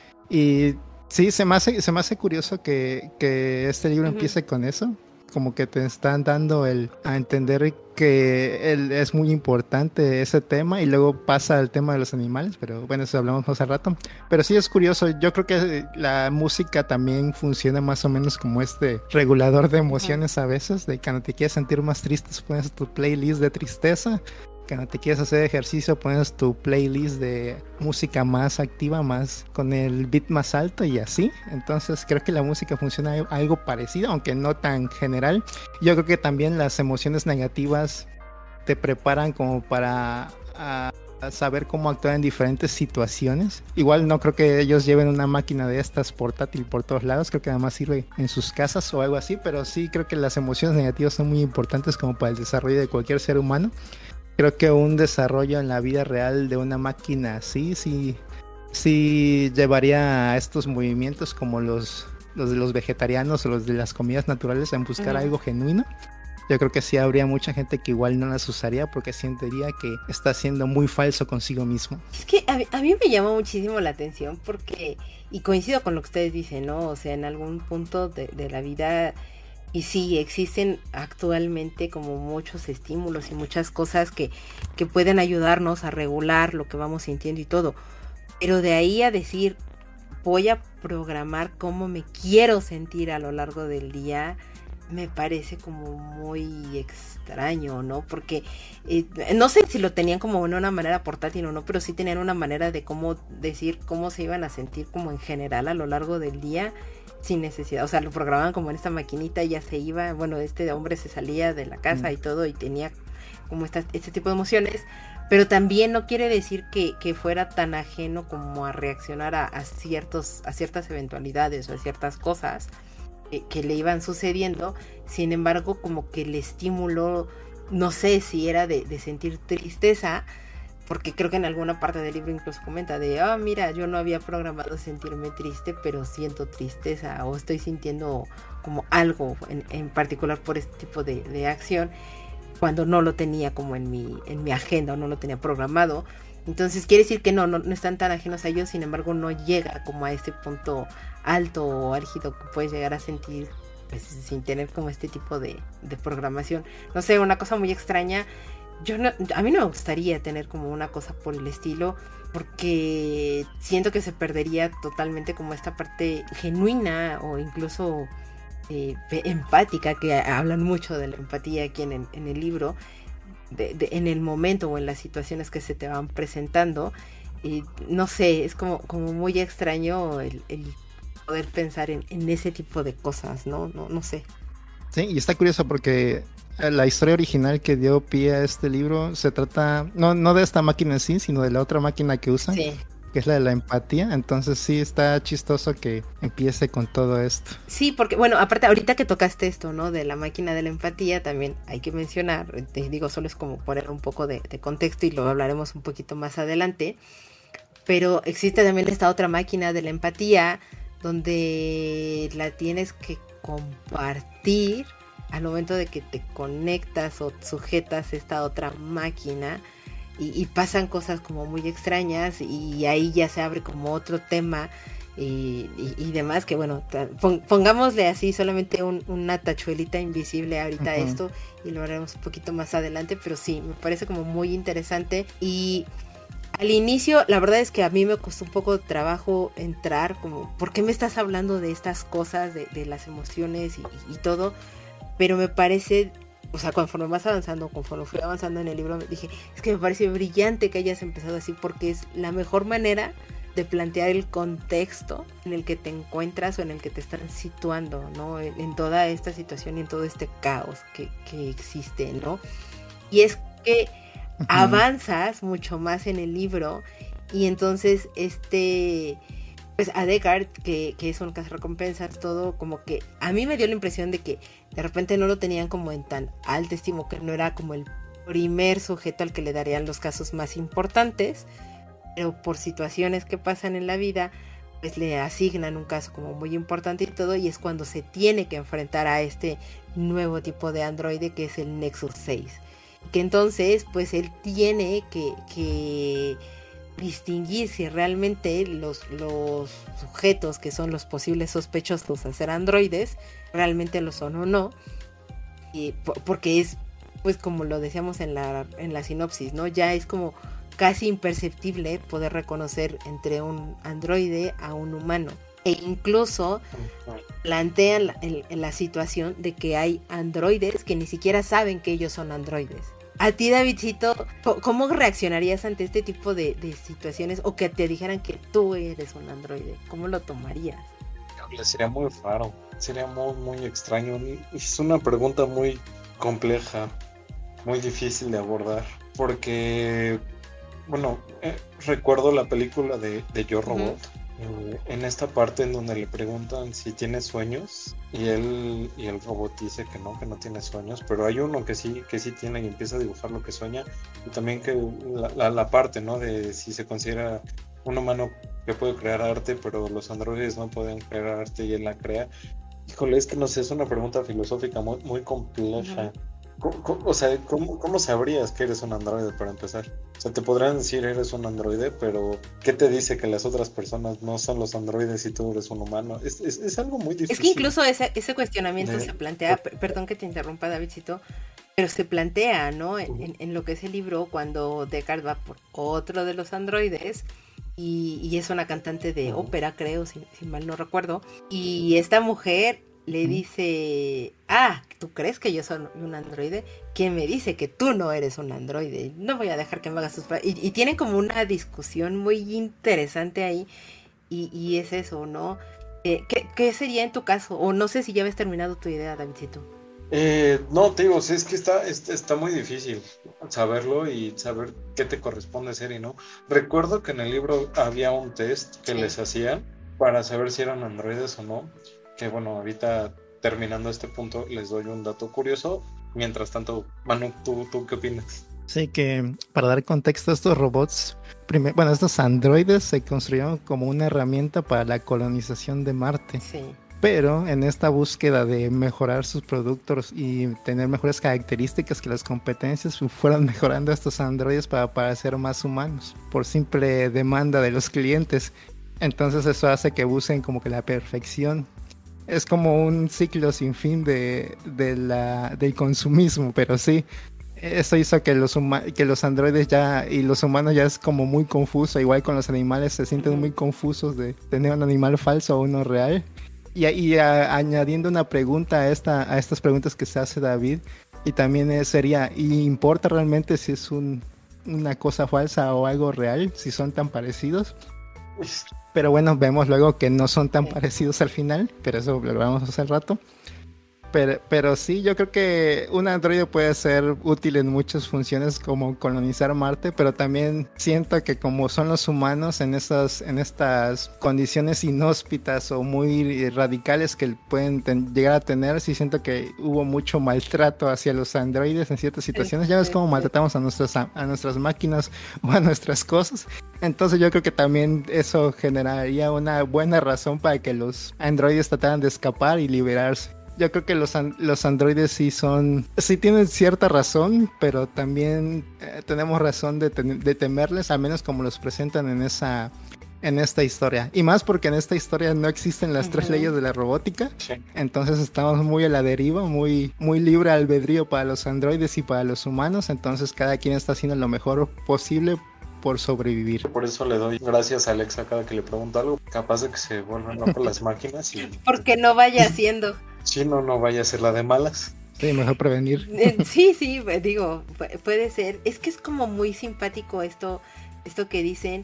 Speaker 3: Y sí, se me hace, se me hace curioso que, que este libro uh-huh. empiece con eso. Como que te están dando el a entender que el, es muy importante ese tema, y luego pasa al tema de los animales, pero bueno, eso hablamos más al rato. Pero sí es curioso, yo creo que la música también funciona más o menos como este regulador de emociones uh-huh. a veces, de cuando te quieres sentir más triste pones tu playlist de tristeza, cuando te quieres hacer ejercicio pones tu playlist de música más activa, más con el beat más alto y así. Entonces creo que la música funciona algo parecido, aunque no tan general. Yo creo que también las emociones negativas te preparan como para a, a saber cómo actuar en diferentes situaciones. Igual no creo que ellos lleven una máquina de estas portátil por todos lados, creo que además sirve en sus casas o algo así, pero sí creo que las emociones negativas son muy importantes como para el desarrollo de cualquier ser humano. Creo que un desarrollo en la vida real de una máquina así, sí, sí llevaría a estos movimientos como los, los de los vegetarianos o los de las comidas naturales en buscar uh-huh. algo genuino. Yo creo que sí habría mucha gente que igual no las usaría porque sentiría que está siendo muy falso consigo mismo.
Speaker 2: Es que a, a mí me llama muchísimo la atención porque, y coincido con lo que ustedes dicen, ¿no? O sea, en algún punto de, de la vida... Y sí, existen actualmente como muchos estímulos y muchas cosas que, que pueden ayudarnos a regular lo que vamos sintiendo y todo. Pero de ahí a decir, voy a programar cómo me quiero sentir a lo largo del día, me parece como muy extraño, ¿no? Porque eh, no sé si lo tenían como en una manera portátil o no, pero sí tenían una manera de cómo decir cómo se iban a sentir como en general a lo largo del día, sin necesidad, o sea, lo programaban como en esta maquinita y ya se iba, bueno, este hombre se salía de la casa mm. y todo y tenía como esta, este tipo de emociones, pero también no quiere decir que, que fuera tan ajeno como a reaccionar a, a ciertos, a ciertas eventualidades o a ciertas cosas que, que le iban sucediendo. Sin embargo, como que el estímulo, no sé si era de, de sentir tristeza, porque creo que en alguna parte del libro incluso comenta de, ah, oh, mira, yo no había programado sentirme triste, pero siento tristeza o estoy sintiendo como algo en, en particular por este tipo de, de acción, cuando no lo tenía como en mi, en mi agenda o no lo tenía programado. Entonces quiere decir que no, no, no están tan ajenos a ellos, sin embargo no llega como a este punto alto o álgido que puedes llegar a sentir pues, sin tener como este tipo de, de programación. No sé, una cosa muy extraña. Yo no, a mí no me gustaría tener como una cosa por el estilo, porque siento que se perdería totalmente como esta parte genuina o incluso eh, empática, que hablan mucho de la empatía aquí en el, en el libro, de, de, en el momento o en las situaciones que se te van presentando. Y no sé, es como, como muy extraño el, el poder pensar en, en ese tipo de cosas, ¿no? No, no sé.
Speaker 3: Sí, y está curioso porque la historia original que dio pie a este libro se trata, no, no de esta máquina en sí, sino de la otra máquina que usan, sí. que es la de la empatía. Entonces sí está chistoso que empiece con todo esto.
Speaker 2: Sí, porque bueno, aparte ahorita que tocaste esto, ¿no? De la máquina de la empatía, también hay que mencionar, te digo, solo es como poner un poco de, de contexto y lo hablaremos un poquito más adelante, pero existe también esta otra máquina de la empatía donde la tienes que compartir al momento de que te conectas o sujetas esta otra máquina y, y pasan cosas como muy extrañas y ahí ya se abre como otro tema y, y, y demás, que bueno, pongámosle así solamente un, una tachuelita invisible ahorita uh-huh. a esto y lo haremos un poquito más adelante, pero sí, me parece como muy interesante. Y al inicio, la verdad es que a mí me costó un poco de trabajo entrar, como, ¿por qué me estás hablando de estas cosas, de, de las emociones y, y, y todo? Pero me parece, o sea, conforme vas avanzando, conforme fui avanzando en el libro, dije, es que me parece brillante que hayas empezado así, porque es la mejor manera de plantear el contexto en el que te encuentras o en el que te están situando, ¿no? En, en toda esta situación y en todo este caos que, que existe, ¿no? Y es que uh-huh. avanzas mucho más en el libro y entonces este, pues a Deckard, que, que es un cazarrecompensas, todo como que a mí me dio la impresión de que de repente no lo tenían como en tan alta estima, que no era como el primer sujeto al que le darían los casos más importantes, pero por situaciones que pasan en la vida, pues le asignan un caso como muy importante y todo, y es cuando se tiene que enfrentar a este nuevo tipo de androide que es el Nexus seis. Que entonces, pues él tiene que, que distinguir si realmente los, los sujetos que son los posibles sospechosos a ser androides, realmente lo son o no, y, porque es, pues como lo decíamos en la, en la sinopsis, ¿no? Ya es como casi imperceptible poder reconocer entre un androide a un humano. E incluso plantean la, en, en la situación de que hay androides que ni siquiera saben que ellos son androides. A ti, Davidcito, ¿cómo reaccionarías ante este tipo de, de situaciones? O que te dijeran que tú eres un androide. ¿Cómo lo tomarías?
Speaker 4: Sería muy raro, sería muy, muy extraño. Es una pregunta muy compleja, muy difícil de abordar. Porque... Bueno, eh, recuerdo la película de, de Yo Robot, uh-huh. eh, en esta parte en donde le preguntan si tiene sueños y él y el robot dice que no, que no tiene sueños, pero hay uno que sí, que sí tiene y empieza a dibujar lo que sueña, y también que la, la, la parte, ¿no? De si se considera un humano que puede crear arte, pero los androides no pueden crear arte y él la crea. Híjole, es que no sé, es una pregunta filosófica muy, muy compleja. Uh-huh. ¿Cómo, cómo, o sea, ¿cómo, ¿cómo sabrías que eres un androide para empezar? O sea, te podrán decir eres un androide, pero ¿qué te dice que las otras personas no son los androides y tú eres un humano? Es, es, es algo muy difícil.
Speaker 2: Es que incluso ese, ese cuestionamiento de... se plantea, perdón que te interrumpa, Davidcito, pero se plantea, ¿no? En, en, en lo que es el libro, cuando Deckard va por otro de los androides y, y es una cantante de uh-huh. ópera, creo, si, si mal no recuerdo, y esta mujer le dice, ah, ¿tú crees que yo soy un androide? ¿Quién me dice que tú no eres un androide? No voy a dejar que me hagas tus... Y, y tienen como una discusión muy interesante ahí, y, y es eso, ¿no? Eh, ¿qué, ¿Qué sería en tu caso? O no sé si ya habías terminado tu idea, Davidcito.
Speaker 4: Eh, no, te digo, sí, es que está, está, está muy difícil saberlo y saber qué te corresponde ser y no. Recuerdo que en el libro había un test que sí. les hacían para saber si eran androides o no. Que bueno, ahorita terminando este punto les doy un dato curioso. Mientras tanto, Manu, ¿tú, tú qué opinas?
Speaker 3: Sí, que para dar contexto, estos robots, primer, bueno, estos androides se construyeron como una herramienta para la colonización de Marte.
Speaker 2: Sí.
Speaker 3: Pero en esta búsqueda de mejorar sus productos y tener mejores características que las competencias, fueron mejorando estos androides para parecer más humanos, por simple demanda de los clientes. Entonces eso hace que busquen como que la perfección. Es como un ciclo sin fin de, de la, del consumismo, pero sí, eso hizo que los, huma- que los androides ya y los humanos ya es como muy confuso, igual con los animales se sienten muy confusos de tener un animal falso o uno real. Y, y a, añadiendo una pregunta a, esta, a estas preguntas que se hace David, y también es, sería, ¿y importa realmente si es un, una cosa falsa o algo real, si son tan parecidos? Pero bueno, vemos luego que no son tan parecidos al final, pero eso lo vamos a hacer al rato. Pero, pero sí, yo creo que un androide puede ser útil en muchas funciones como colonizar Marte, pero también siento que como son los humanos en estas, en estas condiciones inhóspitas o muy radicales que pueden ten, llegar a tener, sí siento que hubo mucho maltrato hacia los androides en ciertas situaciones. Ya ves cómo maltratamos a nuestras, a nuestras máquinas o a nuestras cosas. Entonces yo creo que también eso generaría una buena razón para que los androides trataran de escapar y liberarse. Yo creo que los, an- los androides sí son, sí tienen cierta razón, pero también eh, tenemos razón de, ten- de temerles, al menos como los presentan en esa, en esta historia. Y más porque en esta historia no existen las uh-huh. tres leyes de la robótica, sí. Entonces estamos muy a la deriva, muy, muy libre albedrío para los androides y para los humanos, entonces cada quien está haciendo lo mejor posible por sobrevivir.
Speaker 4: Por eso le doy gracias a Alexa cada que le pregunto algo, capaz de que se vuelvan locas las máquinas y...
Speaker 2: Porque no vaya haciendo.
Speaker 4: Sí, no, no vaya a ser la de malas.
Speaker 3: Sí, mejor prevenir.
Speaker 2: Sí, sí, digo, puede ser. Es que es como muy simpático esto, esto que dicen,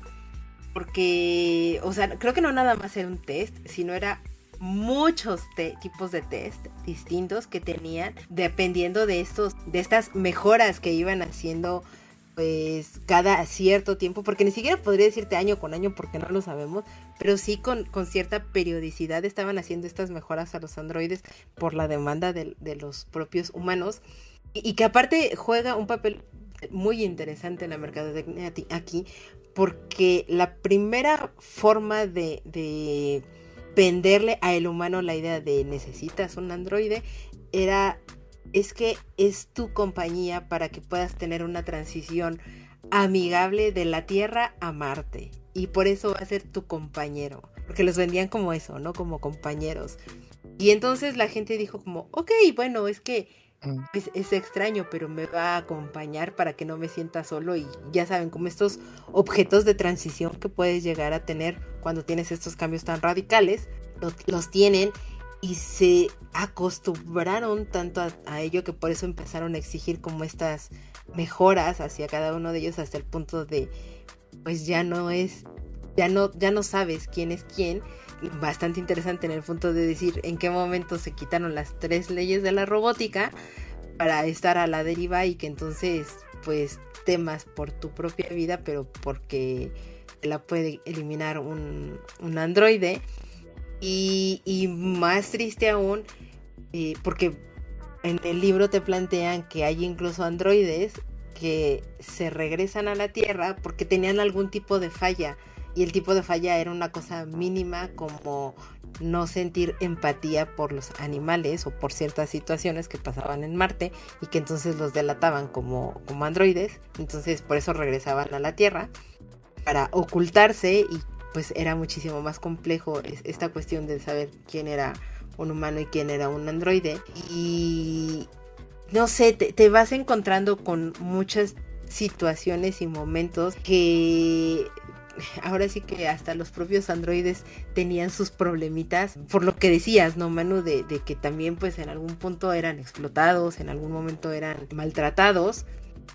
Speaker 2: porque, o sea, creo que no nada más era un test, sino era muchos te- tipos de test distintos que tenían, dependiendo de estos, de estas mejoras que iban haciendo, pues, cada cierto tiempo, porque ni siquiera podría decirte año con año porque no lo sabemos, pero sí con, con cierta periodicidad estaban haciendo estas mejoras a los androides por la demanda de, de los propios humanos, y, y que aparte juega un papel muy interesante en la mercadotecnia aquí, porque la primera forma de, de venderle a el humano la idea de necesitas un androide era, es que es tu compañía para que puedas tener una transición amigable de la Tierra a Marte, y por eso va a ser tu compañero, porque los vendían como eso, ¿no? Como compañeros. Y entonces la gente dijo como, ok, bueno, es que es, es extraño, pero me va a acompañar para que no me sienta solo. Y ya saben, como estos objetos de transición que puedes llegar a tener cuando tienes estos cambios tan radicales, los, los tienen y se acostumbraron tanto a, a ello que por eso empezaron a exigir como estas mejoras hacia cada uno de ellos, hasta el punto de, pues ya no es, ya no, ya no sabes quién es quién. Bastante interesante en el punto de decir en qué momento se quitaron las tres leyes de la robótica para estar a la deriva, y que entonces pues temas por tu propia vida, pero porque te la puede eliminar un, un androide. Y, y más triste aún, eh, porque en el libro te plantean que hay incluso androides que se regresan a la Tierra porque tenían algún tipo de falla. Y el tipo de falla era una cosa mínima, como no sentir empatía por los animales o por ciertas situaciones que pasaban en Marte, y que entonces los delataban como, como androides. Entonces por eso regresaban a la Tierra para ocultarse, y pues era muchísimo más complejo esta cuestión de saber quién era un humano y quién era un androide. Y no sé, te, te vas encontrando con muchas situaciones y momentos que... ahora sí que hasta los propios androides tenían sus problemitas, por lo que decías, ¿no, Manu? De, de que también pues en algún punto eran explotados, en algún momento eran maltratados,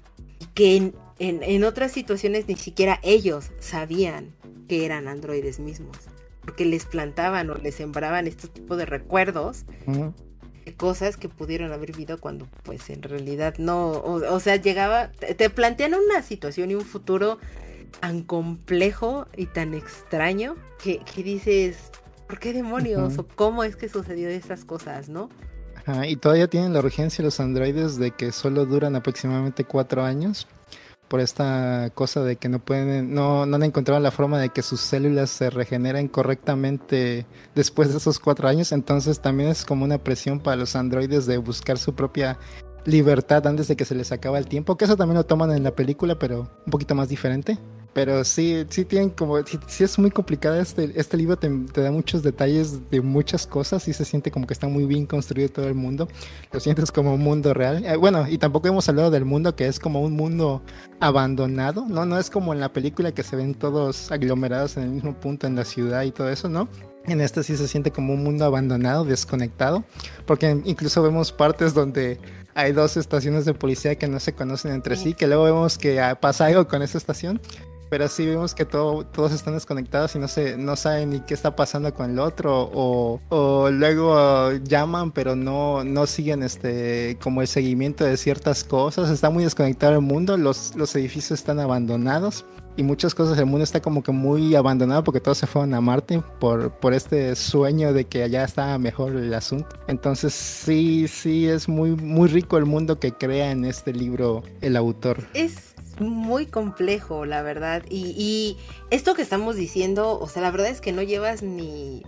Speaker 2: y que en, en, en otras situaciones ni siquiera ellos sabían que eran androides mismos, porque les plantaban o les sembraban este tipo de recuerdos, uh-huh, de cosas que pudieron haber vivido cuando pues en realidad no, o, o sea, llegaba, te, te plantean una situación y un futuro tan complejo y tan extraño que, que dices, ¿por qué demonios? Uh-huh. ¿O cómo es que sucedió estas cosas, no?
Speaker 3: Ajá, y todavía tienen la urgencia los androides de que solo duran aproximadamente cuatro años por esta cosa de que no pueden, no, no han encontrado la forma de que sus células se regeneren correctamente después de esos cuatro años. Entonces también es como una presión para los androides de buscar su propia libertad antes de que se les acaba el tiempo, que eso también lo toman en la película, pero un poquito más diferente. Pero sí, sí tienen como, sí, sí es muy complicada este, este libro te, te da muchos detalles de muchas cosas y se siente como que está muy bien construido todo el mundo, lo sientes como un mundo real, eh, bueno, y tampoco hemos hablado del mundo, que es como un mundo abandonado, no, no es como en la película que se ven todos aglomerados en el mismo punto en la ciudad y todo eso, ¿no? En este sí se siente como un mundo abandonado, desconectado, porque incluso vemos partes donde hay dos estaciones de policía que no se conocen entre sí, que luego vemos que pasa algo con esa estación, pero sí vemos que todo, todos están desconectados y no se, no saben ni qué está pasando con el otro, o, o luego llaman pero no, no siguen este como el seguimiento de ciertas cosas. Está muy desconectado el mundo, los, los edificios están abandonados y muchas cosas del mundo está como que muy abandonado porque todos se fueron a Marte por, por este sueño de que allá estaba mejor el asunto. Entonces sí, sí es muy, muy rico el mundo que crea en este libro el autor.
Speaker 2: Es muy complejo, la verdad, y, y esto que estamos diciendo, o sea, la verdad es que no llevas ni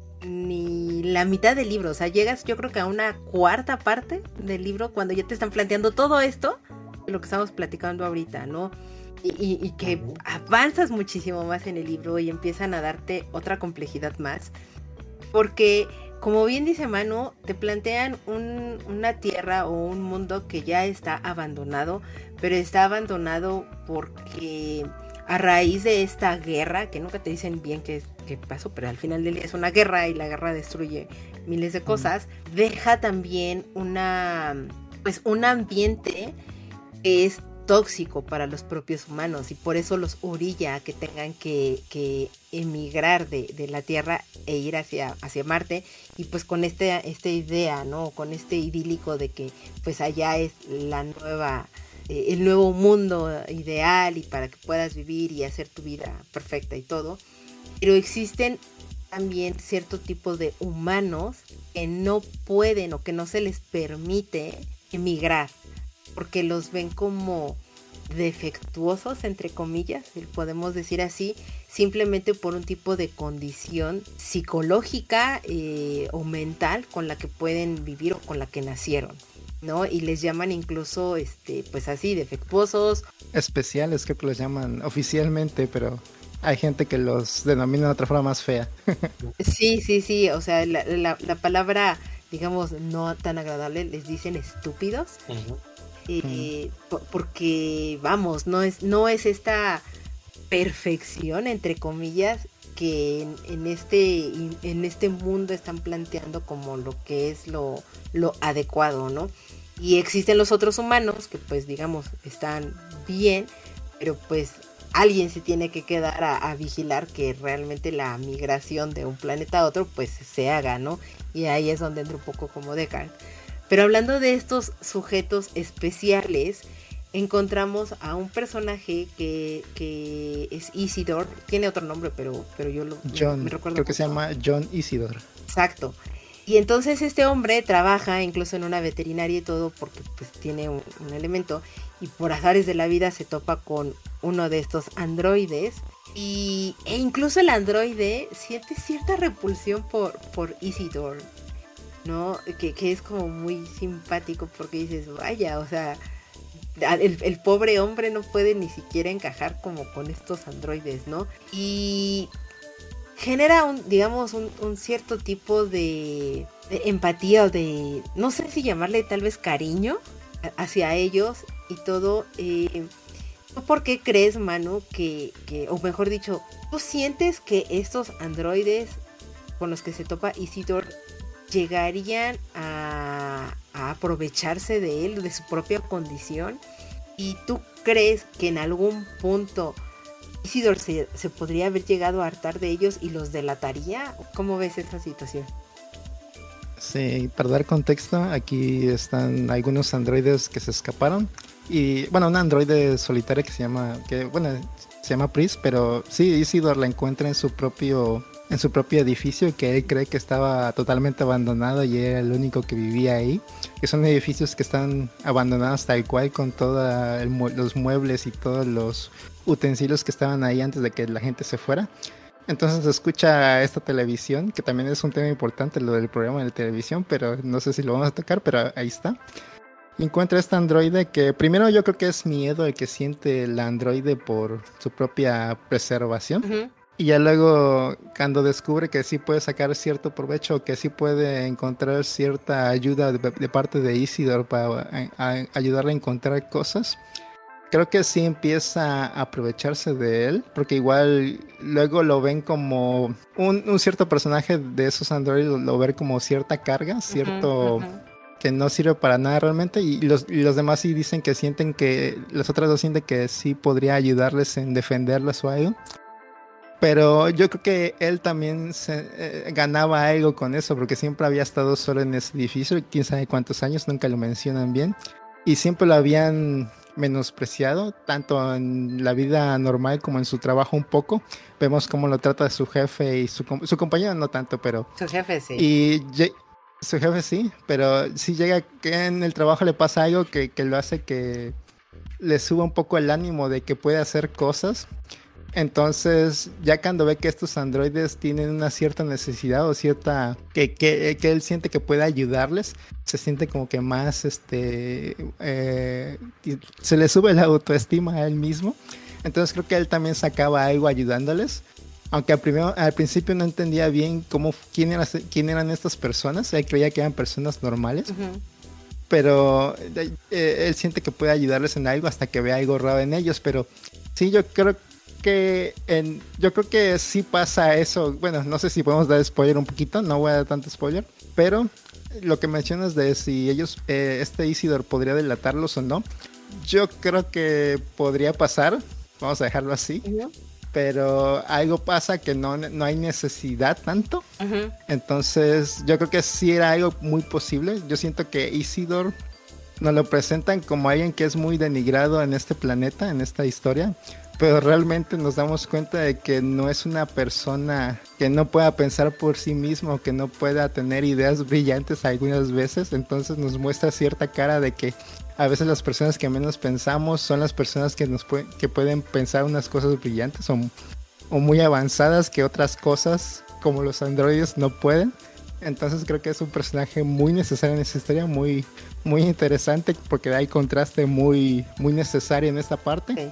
Speaker 2: ni la mitad del libro, o sea, llegas yo creo que a una cuarta parte del libro cuando ya te están planteando todo esto, lo que estamos platicando ahorita, ¿no? Y, y, y que avanzas muchísimo más en el libro y empiezan a darte otra complejidad más, porque como bien dice Manu, te plantean un, una tierra o un mundo que ya está abandonado, pero está abandonado porque a raíz de esta guerra, que nunca te dicen bien qué, qué pasó, pero al final del día es una guerra y la guerra destruye miles de cosas, mm. deja también una, pues un ambiente que es tóxico para los propios humanos y por eso los orilla a que tengan que, que emigrar de, de la Tierra e ir hacia, hacia Marte, y pues con este, esta idea, ¿no? Con este idílico de que pues allá es la nueva, eh, el nuevo mundo ideal y para que puedas vivir y hacer tu vida perfecta y todo, pero existen también cierto tipo de humanos que no pueden o que no se les permite emigrar, porque los ven como defectuosos, entre comillas, si podemos decir así, simplemente por un tipo de condición psicológica eh, o mental con la que pueden vivir o con la que nacieron, ¿no? Y les llaman incluso, este, pues así, defectuosos.
Speaker 3: Especiales, creo que los llaman oficialmente, pero hay gente que los denomina de otra forma más fea.
Speaker 2: Sí, sí, sí, o sea, la, la, la palabra, digamos, no tan agradable, les dicen estúpidos. Uh-huh. Eh, porque vamos, no es, no es esta perfección entre comillas que en, en este en este mundo están planteando como lo que es lo, lo adecuado, ¿no? Y existen los otros humanos que pues digamos están bien, pero pues alguien se tiene que quedar a, a vigilar que realmente la migración de un planeta a otro pues se haga, ¿no? Y ahí es donde entra un poco como Descartes. Pero hablando de estos sujetos especiales, encontramos a un personaje que, que es Isidore, tiene otro nombre, pero, pero yo lo
Speaker 3: John,
Speaker 2: me recuerdo.
Speaker 3: Creo que se llama John Isidore.
Speaker 2: Exacto. Y entonces este hombre trabaja incluso en una veterinaria y todo porque pues tiene un, un elemento y por azares de la vida se topa con uno de estos androides y, e incluso el androide siente cierta repulsión por, por Isidore, ¿no? Que, que es como muy simpático porque dices, vaya, o sea, el, el pobre hombre no puede ni siquiera encajar como con estos androides, ¿no? Y genera un, digamos, un, un cierto tipo de, de empatía o de, no sé si llamarle tal vez cariño hacia ellos y todo. Eh, ¿Por qué crees, Manu, que, que, o mejor dicho, tú sientes que estos androides con los que se topa Isidore llegarían a, a aprovecharse de él, de su propia condición? ¿Y tú crees que en algún punto Isidore se, se podría haber llegado a hartar de ellos y los delataría? ¿Cómo ves esa situación?
Speaker 3: Sí, para dar contexto, aquí están algunos androides que se escaparon. Y bueno, un androide solitario que se llama, que bueno, se llama Pris, pero sí, Isidore la encuentra en su propio en su propio edificio que él cree que estaba totalmente abandonado y era el único que vivía ahí, que son edificios que están abandonados tal cual con todos los muebles y todos los utensilios que estaban ahí antes de que la gente se fuera. Entonces escucha esta televisión, que también es un tema importante, lo del programa de televisión, pero no sé si lo vamos a tocar, pero ahí está. Y encuentra este androide que primero yo creo que es miedo el que siente el androide por su propia preservación. Uh-huh. Y ya luego, cuando descubre que sí puede sacar cierto provecho, que sí puede encontrar cierta ayuda de, de parte de Isidore para a, a ayudarle a encontrar cosas, creo que sí empieza a aprovecharse de él, porque igual luego lo ven como un, un cierto personaje de esos androides, lo, lo ven como cierta carga, cierto... Uh-huh, uh-huh. que no sirve para nada realmente, y los, y los demás sí dicen que sienten que, las otras dos sienten que sí podría ayudarles en defenderlas o algo. Pero yo creo que él también se, eh, ganaba algo con eso, porque siempre había estado solo en ese edificio, quién sabe cuántos años, nunca lo mencionan bien, y siempre lo habían menospreciado, tanto en la vida normal como en su trabajo un poco. Vemos cómo lo trata su jefe y su, su compañero no tanto, pero...
Speaker 2: Su jefe sí.
Speaker 3: Y su jefe sí, pero sí llega que en el trabajo le pasa algo que, que lo hace que le suba un poco el ánimo de que puede hacer cosas. Entonces, ya cuando ve que estos androides tienen una cierta necesidad o cierta... Que, que, que él siente que puede ayudarles, se siente como que más... este eh, se le sube la autoestima a él mismo. Entonces creo que él también sacaba algo ayudándoles. Aunque al, primero, al principio no entendía bien cómo, quién, era, quién eran estas personas. Él creía que eran personas normales. Uh-huh. Pero eh, él siente que puede ayudarles en algo hasta que ve algo raro en ellos. Pero sí, yo creo que en, yo creo que sí pasa eso. Bueno, no sé si podemos dar spoiler un poquito, no voy a dar tanto spoiler, pero lo que mencionas de si ellos, eh, este Isidore podría delatarlos o no, yo creo que podría pasar, vamos a dejarlo así. Uh-huh. Pero algo pasa que no, no hay necesidad tanto. Uh-huh. Entonces yo creo que sí era algo muy posible. Yo siento que Isidore nos lo presentan como alguien que es muy denigrado en este planeta, en esta historia, pero realmente nos damos cuenta de que no es una persona que no pueda pensar por sí mismo, que no pueda tener ideas brillantes algunas veces. Entonces nos muestra cierta cara de que a veces las personas que menos pensamos son las personas que nos pu- que pueden pensar unas cosas brillantes o, o muy avanzadas que otras cosas como los androides no pueden. Entonces creo que es un personaje muy necesario en esta historia, muy, muy interesante, porque hay contraste muy, muy necesario en esta parte. Sí.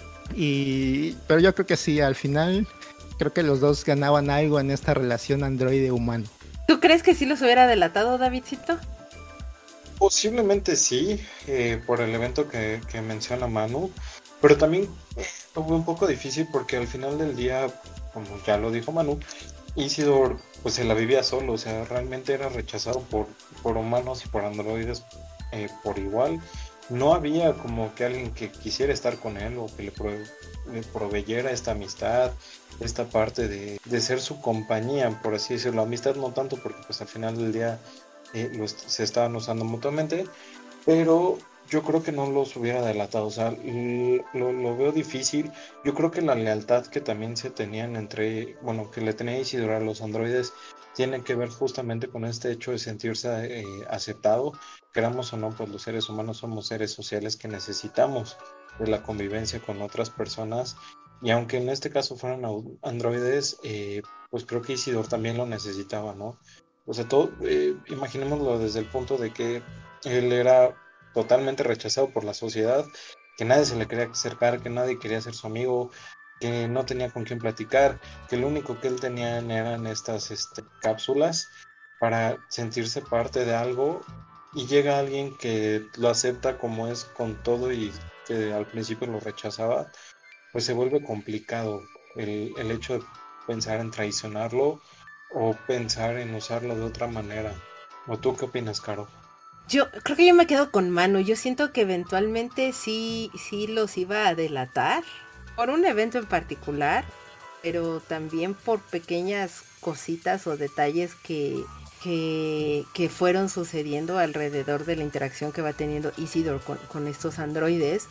Speaker 3: Y, pero yo creo que sí, al final creo que los dos ganaban algo en esta relación androide-humano.
Speaker 2: ¿Tú crees que sí los hubiera delatado, Davidcito?
Speaker 4: Posiblemente sí, eh, por el evento que, que menciona Manu, pero también fue un poco difícil porque al final del día, como ya lo dijo Manu, Isidore pues se la vivía solo, o sea, realmente era rechazado por, por humanos y por androides eh, por igual. No había como que alguien que quisiera estar con él o que le, prove- le proveyera esta amistad, esta parte de, de ser su compañía, por así decirlo. Amistad no tanto porque pues al final del día eh, lo est- se estaban usando mutuamente, pero yo creo que no los hubiera delatado, o sea, l- lo, lo veo difícil. Yo creo que la lealtad que también se tenían entre, bueno, que le tenía Isidore a los androides, tiene que ver justamente con este hecho de sentirse eh, aceptado. Queramos o no, pues los seres humanos somos seres sociales que necesitamos de la convivencia con otras personas, y aunque en este caso fueran androides, eh, pues creo que Isidore también lo necesitaba, ¿no? O sea, todo, eh, imaginémoslo desde el punto de que él era totalmente rechazado por la sociedad, que nadie se le quería acercar, que nadie quería ser su amigo, que no tenía con quién platicar, que lo único que él tenía eran estas este, cápsulas para sentirse parte de algo, y llega alguien que lo acepta como es con todo y que al principio lo rechazaba, pues se vuelve complicado el, el hecho de pensar en traicionarlo o pensar en usarlo de otra manera. ¿O tú qué opinas, Caro?
Speaker 2: Yo creo que yo me quedo con Manu. Yo siento que eventualmente sí, sí los iba a delatar por un evento en particular, pero también por pequeñas cositas o detalles que, que, que fueron sucediendo alrededor de la interacción que va teniendo Isidore con, con estos androides.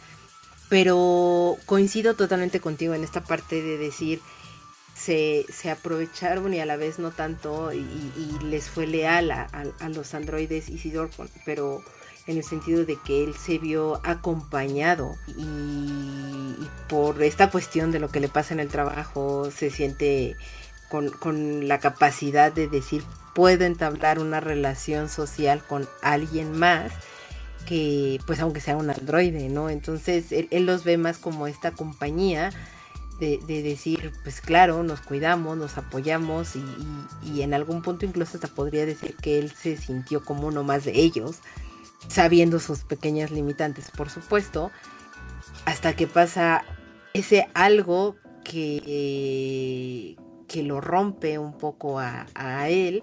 Speaker 2: Pero coincido totalmente contigo en esta parte de decir, se, se aprovecharon y a la vez no tanto, y, y les fue leal a, a, a los androides Isidore, pero en el sentido de que él se vio acompañado y, y por esta cuestión de lo que le pasa en el trabajo se siente con, con la capacidad de decir, puedo entablar una relación social con alguien más que pues aunque sea un androide, ¿no? Entonces él, él los ve más como esta compañía de, de decir, pues claro, nos cuidamos, nos apoyamos y, y, y en algún punto incluso hasta podría decir que él se sintió como uno más de ellos, sabiendo sus pequeñas limitantes, por supuesto, hasta que pasa ese algo que, que lo rompe un poco a, a él,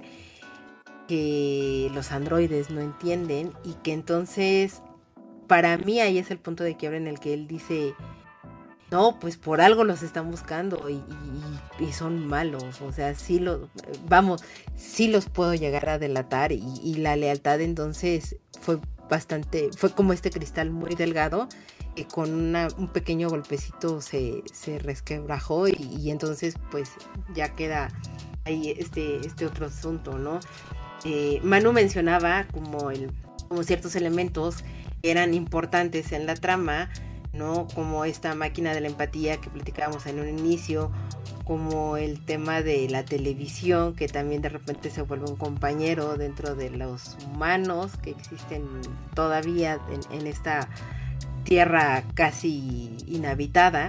Speaker 2: que los androides no entienden, y que entonces para mí ahí es el punto de quiebre en el que él dice, no, pues por algo los están buscando y, y, y son malos, o sea, sí los, vamos, sí los puedo llegar a delatar, y, y la lealtad entonces fue bastante, fue como este cristal muy delgado que con una, un pequeño golpecito se, se resquebrajó, y, y entonces pues ya queda ahí este, este otro asunto, ¿no? Eh, Manu mencionaba como, el, como ciertos elementos eran importantes en la trama, ¿no? Como esta máquina de la empatía que platicábamos en un inicio, como el tema de la televisión, que también de repente se vuelve un compañero dentro de los humanos que existen todavía en, en esta tierra casi inhabitada.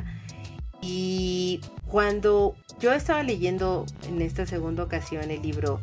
Speaker 2: Y cuando yo estaba leyendo en esta segunda ocasión el libro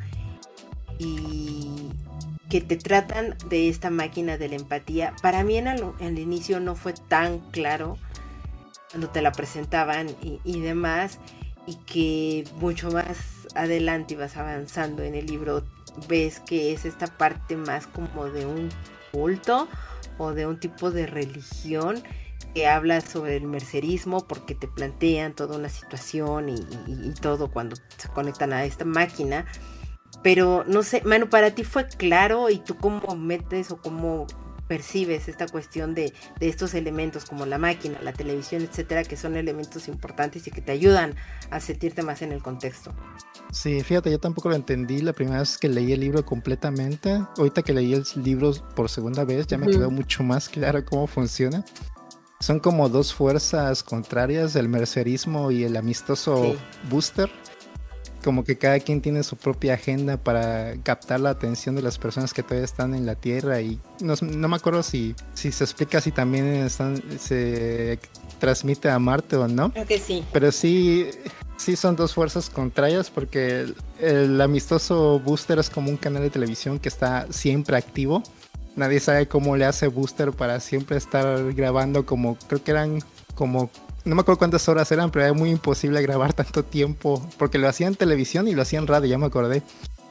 Speaker 2: y que te tratan de esta máquina de la empatía, para mí en el, en el inicio no fue tan claro cuando te la presentaban y, y demás, y que mucho más adelante ibas avanzando en el libro, ves que es esta parte más como de un culto o de un tipo de religión que habla sobre el mercerismo, porque te plantean toda una situación y, y, y todo cuando se conectan a esta máquina. Pero no sé, Manu, ¿para ti fue claro? ¿Y tú cómo metes o cómo percibes esta cuestión de, de estos elementos como la máquina, la televisión, etcétera, que son elementos importantes y que te ayudan a sentirte más en el contexto?
Speaker 3: Sí, fíjate, yo tampoco lo entendí la primera vez que leí el libro completamente. Ahorita que leí el libro por segunda vez ya me uh-huh. quedó mucho más claro cómo funciona. Son como dos fuerzas contrarias, el mercerismo y el amistoso sí. Booster. Como que cada quien tiene su propia agenda para captar la atención de las personas que todavía están en la Tierra. Y no, no me acuerdo si, si se explica si también están, se transmite a Marte o no.
Speaker 2: Creo que sí.
Speaker 3: Pero sí, sí son dos fuerzas contrarias, porque el, el amistoso Booster es como un canal de televisión que está siempre activo. Nadie sabe cómo le hace Booster para siempre estar grabando, como creo que eran como... No me acuerdo cuántas horas eran, pero era muy imposible grabar tanto tiempo, porque lo hacía en televisión y lo hacía en radio, ya me acordé.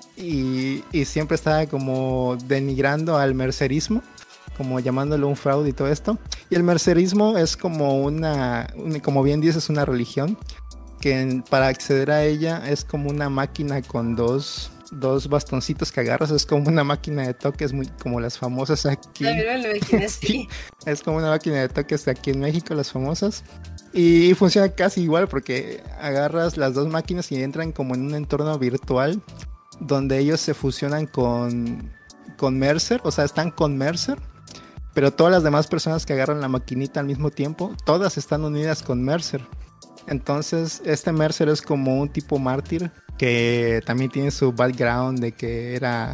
Speaker 3: Y, y siempre estaba como denigrando al mercerismo, como llamándolo un fraude y todo esto. Y el mercerismo es como una, como bien dices, una religión, que para acceder a ella es como una máquina con dos... dos bastoncitos que agarras, es como una máquina de toques, muy como las famosas aquí.
Speaker 2: Sí,
Speaker 3: es como una máquina de toques de aquí en México, las famosas. Y funciona casi igual, porque agarras las dos máquinas y entran como en un entorno virtual donde ellos se fusionan con, con Mercer, o sea, están con Mercer, pero todas las demás personas que agarran la maquinita al mismo tiempo, todas están unidas con Mercer. Entonces, este Mercer es como un tipo mártir que también tiene su background de que era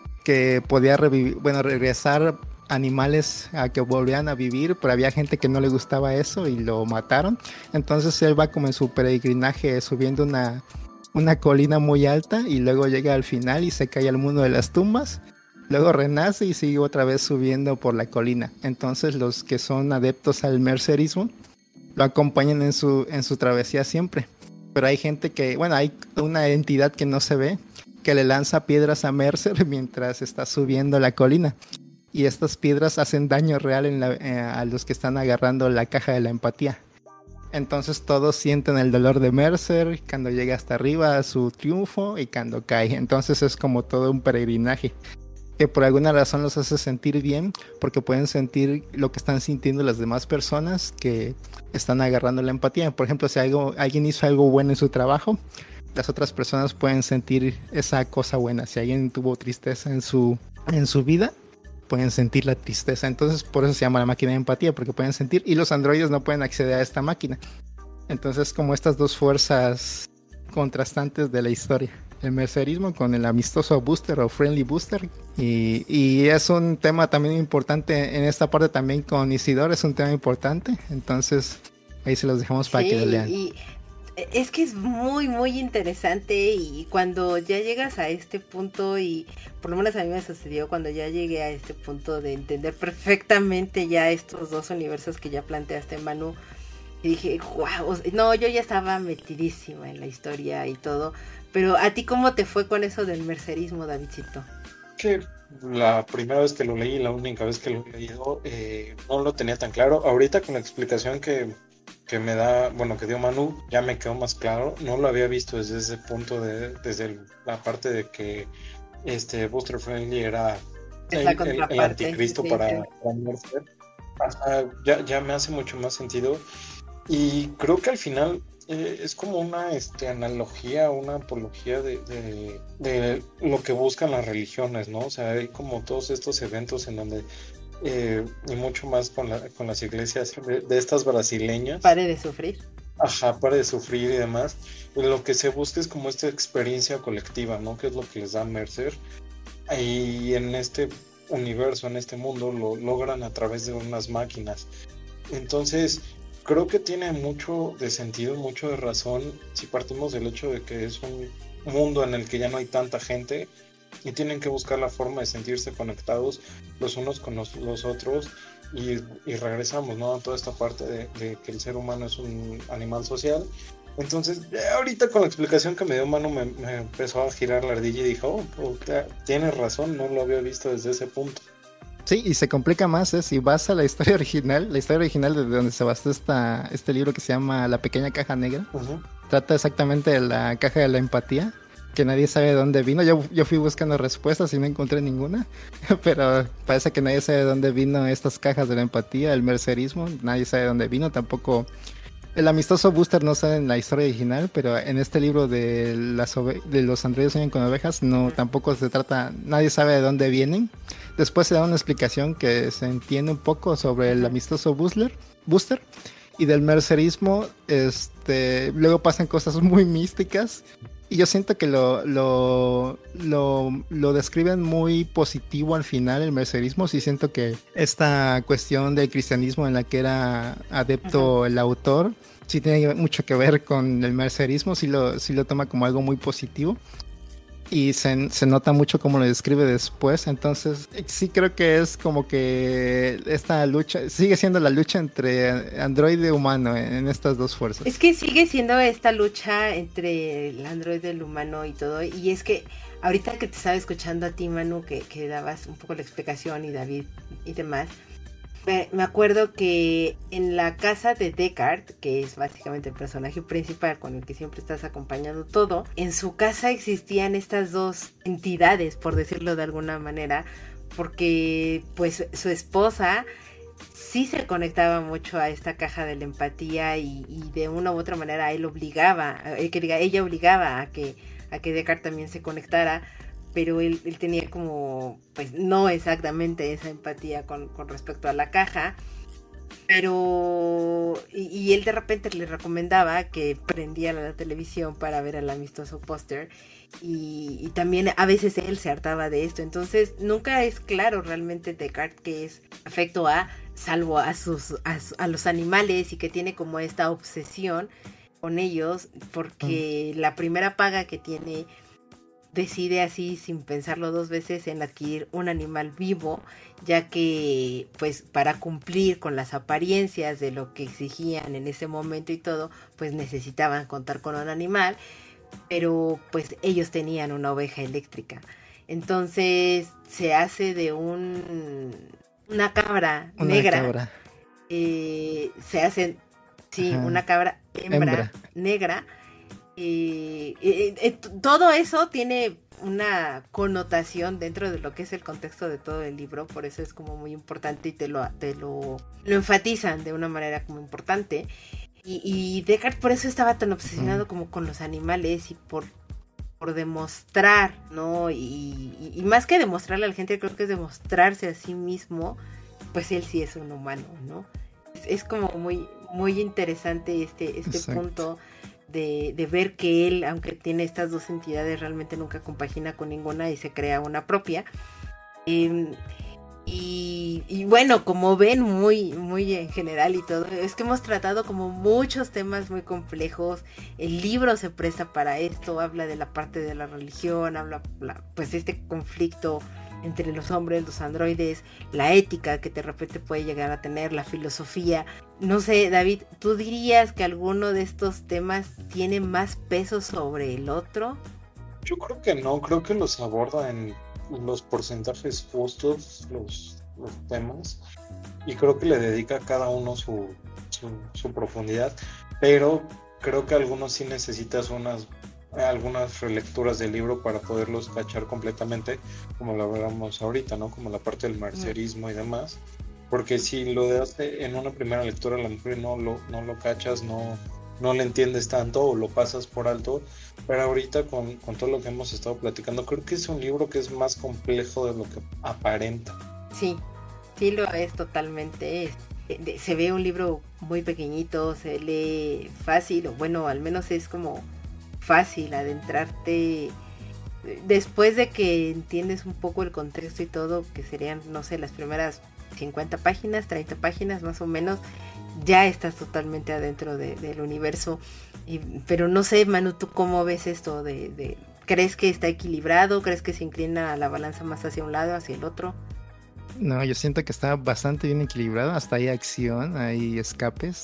Speaker 3: que podía revivir, bueno, regresar animales a que volvieran a vivir, pero había gente que no le gustaba eso y lo mataron. Entonces él va como en su peregrinaje subiendo una, una colina muy alta y luego llega al final y se cae al mundo de las tumbas. Luego renace y sigue otra vez subiendo por la colina. Entonces los que son adeptos al mercerismo lo acompañan en su, en su travesía siempre. Pero hay gente que, bueno, hay una entidad que no se ve, que le lanza piedras a Mercer mientras está subiendo la colina. Y estas piedras hacen daño real en la, eh, a los que están agarrando la caja de la empatía. Entonces todos sienten el dolor de Mercer cuando llega hasta arriba a su triunfo y cuando cae. Entonces es como todo un peregrinaje que por alguna razón los hace sentir bien, porque pueden sentir lo que están sintiendo las demás personas que están agarrando la empatía. Por ejemplo, si algo, alguien hizo algo bueno en su trabajo, las otras personas pueden sentir esa cosa buena. Si alguien tuvo tristeza en su, en su vida, pueden sentir la tristeza. Entonces por eso se llama la máquina de empatía, porque pueden sentir, y los androides no pueden acceder a esta máquina. Entonces como estas dos fuerzas contrastantes de la historia, el mercerismo con el amistoso Booster o Friendly Booster. Y, y es un tema también importante en esta parte también con Isidore, es un tema importante. Entonces ahí se los dejamos para sí, que lo lean.
Speaker 2: Y es que es muy muy interesante, y cuando ya llegas a este punto, y por lo menos a mí me sucedió cuando ya llegué a este punto de entender perfectamente ya estos dos universos que ya planteaste, Manu, y dije, wow, no, yo ya estaba metidísima en la historia y todo. Pero ¿a ti cómo te fue con eso del mercerismo, Davidcito?
Speaker 4: Que la primera vez que lo leí, la única vez que lo he leído, eh, no lo tenía tan claro. Ahorita con la explicación que, que me da, bueno, que dio Manu, ya me quedó más claro. No lo había visto desde ese punto, de, desde el, la parte de que este Booster Friendly era el, el, el anticristo sí, para, sí. para Mercer. Hasta ya, ya me hace mucho más sentido. Y creo que al final eh, es como una este, analogía, una apología de, de, de lo que buscan las religiones, ¿no? O sea, hay como todos estos eventos en donde, eh, y mucho más con, la, con las iglesias de, de estas brasileñas.
Speaker 2: Pare de sufrir.
Speaker 4: Ajá, pare de sufrir y demás. Y lo que se busca es como esta experiencia colectiva, ¿no? Que es lo que les da Mercer. Y en este universo, en este mundo, lo logran a través de unas máquinas. Entonces creo que tiene mucho de sentido, mucho de razón, si partimos del hecho de que es un mundo en el que ya no hay tanta gente y tienen que buscar la forma de sentirse conectados los unos con los, los otros y, y regresamos, ¿no? A toda esta parte de, de que el ser humano es un animal social. Entonces, ahorita con la explicación que me dio Manu, me, me empezó a girar la ardilla y dije, oh, puta, tienes razón, no lo había visto desde ese punto.
Speaker 3: Sí, y se complica más, ¿eh? Si vas a la historia original, la historia original de donde se basó esta, este libro que se llama La Pequeña Caja Negra, uh-huh. Trata exactamente de la caja de la empatía, que nadie sabe de dónde vino. Yo, yo fui buscando respuestas y no encontré ninguna, pero parece que nadie sabe de dónde vino estas cajas de la empatía, el mercerismo, nadie sabe de dónde vino, tampoco... El amistoso Booster no sale en la historia original, pero en este libro de, las ove- de los androides sueñan con ovejas, no, tampoco se trata, nadie sabe de dónde vienen. Después se da una explicación que se entiende un poco sobre el amistoso Booster, Booster y del mercerismo. Este, luego pasan cosas muy místicas y yo siento que lo, lo, lo, lo describen muy positivo al final, el mercerismo. Sí siento que esta cuestión del cristianismo en la que era adepto uh-huh. el autor, sí tiene mucho que ver con el mercerismo, sí lo, sí lo toma como algo muy positivo. Y se, se nota mucho cómo lo describe después. Entonces sí creo que es como que esta lucha sigue siendo la lucha entre androide y humano en, en estas dos fuerzas.
Speaker 2: Es que sigue siendo esta lucha entre el androide y el humano y todo. Y es que ahorita que te estaba escuchando a ti, Manu, que, que dabas un poco la explicación, y David y demás, me, me acuerdo que en la casa de Descartes, que es básicamente el personaje principal con el que siempre estás acompañando todo, en su casa existían estas dos entidades, por decirlo de alguna manera, porque pues su esposa sí se conectaba mucho a esta caja de la empatía y, y de una u otra manera él obligaba, eh, que diga, ella obligaba a que, a que Descartes también se conectara, pero él, él tenía como, pues no exactamente esa empatía con, con respecto a la caja, pero, y, y él de repente le recomendaba que prendiera la televisión para ver el amistoso póster, y, y también a veces él se hartaba de esto, entonces nunca es claro realmente Descartes que es afecto a, salvo a, sus, a, a los animales, y que tiene como esta obsesión con ellos, porque mm. la primera paga que tiene decide así sin pensarlo dos veces en adquirir un animal vivo, ya que pues para cumplir con las apariencias de lo que exigían en ese momento y todo, pues necesitaban contar con un animal, pero pues ellos tenían una oveja eléctrica, entonces se hace de un una cabra una negra cabra. Eh, se hace sí Ajá. una cabra hembra, hembra. negra. Eh, eh, eh, todo eso tiene una connotación dentro de lo que es el contexto de todo el libro, por eso es como muy importante y te lo, te lo, lo enfatizan de una manera como importante, y, y Descartes por eso estaba tan obsesionado mm. como con los animales y por, por demostrar, ¿no? Y, y, y más que demostrarle a la gente, creo que es demostrarse a sí mismo, pues él sí es un humano, ¿no? Es, es como muy, muy interesante este, este punto De, de ver que él, aunque tiene estas dos entidades, realmente nunca compagina con ninguna y se crea una propia. Eh, y, y bueno, como ven, muy, muy en general y todo, es que hemos tratado como muchos temas muy complejos. El libro se presta para esto, habla de la parte de la religión, habla la, pues este conflicto entre los hombres, los androides, la ética que de repente puede llegar a tener, la filosofía. No sé, David, ¿tú dirías que alguno de estos temas tiene más peso sobre el otro?
Speaker 4: Yo creo que no, creo que los aborda en los porcentajes justos, los, los temas, y creo que le dedica a cada uno su, su, su profundidad, pero creo que algunos sí necesitas unas algunas relecturas del libro para poderlos cachar completamente, como lo hablamos ahorita, ¿no? Como la parte del mercerismo y demás, porque si lo das en una primera lectura, a lo mejor no lo, no lo cachas, no, no le entiendes tanto o lo pasas por alto, pero ahorita con, con todo lo que hemos estado platicando, creo que es un libro que es más complejo de lo que aparenta.
Speaker 2: Sí, sí lo es totalmente. Se ve un libro muy pequeñito, se lee fácil, o bueno, al menos es como fácil adentrarte después de que entiendes un poco el contexto y todo, que serían, no sé, las primeras cincuenta páginas, treinta páginas más o menos, ya estás totalmente adentro de, del universo. Y, pero no sé, Manu, ¿tú cómo ves esto? De, de, ¿crees que está equilibrado? ¿Crees que se inclina la balanza más hacia un lado, hacia el otro?
Speaker 3: No, yo siento que está bastante bien equilibrado. Hasta hay acción, hay escapes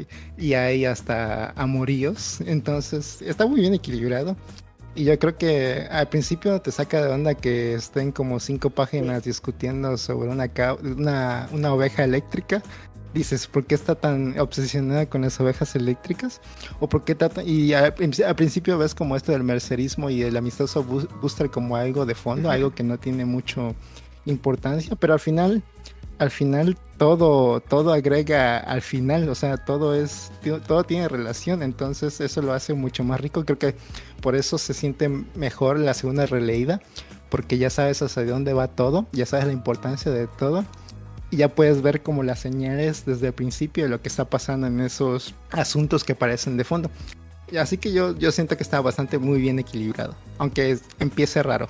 Speaker 3: y hay hasta amoríos. Entonces está muy bien equilibrado. Y yo creo que al principio te saca de onda que estén como cinco páginas discutiendo sobre una, una, una oveja eléctrica. Dices, ¿por qué está tan obsesionada con las ovejas eléctricas? ¿O por qué trata? Y al, al principio ves como esto del mercerismo y el amistoso Buster como algo de fondo, uh-huh. algo que no tiene mucho importancia, pero al final, al final todo, todo agrega al final, o sea, todo es, todo tiene relación, entonces eso lo hace mucho más rico. Creo que por eso se siente mejor la segunda releída, porque ya sabes hacia dónde va todo, ya sabes la importancia de todo. Y ya puedes ver como las señales desde el principio de lo que está pasando en esos asuntos que parecen de fondo. Así que yo, yo siento que está bastante muy bien equilibrado, aunque es, empiece raro.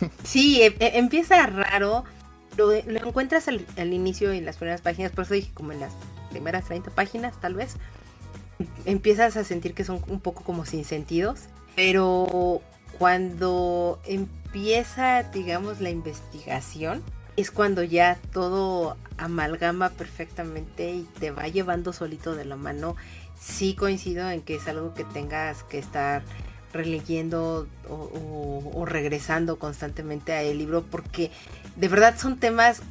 Speaker 2: Sí, e- empieza raro, lo, lo encuentras al, al inicio en las primeras páginas, por eso dije como en las primeras treinta páginas tal vez. Empiezas a sentir que son un poco como sin sentidos, pero cuando empieza, digamos, la investigación, es cuando ya todo amalgama perfectamente y te va llevando solito de la mano. Sí coincido en que es algo que tengas que estar releyendo o, o, o regresando constantemente a el libro, porque de verdad son temas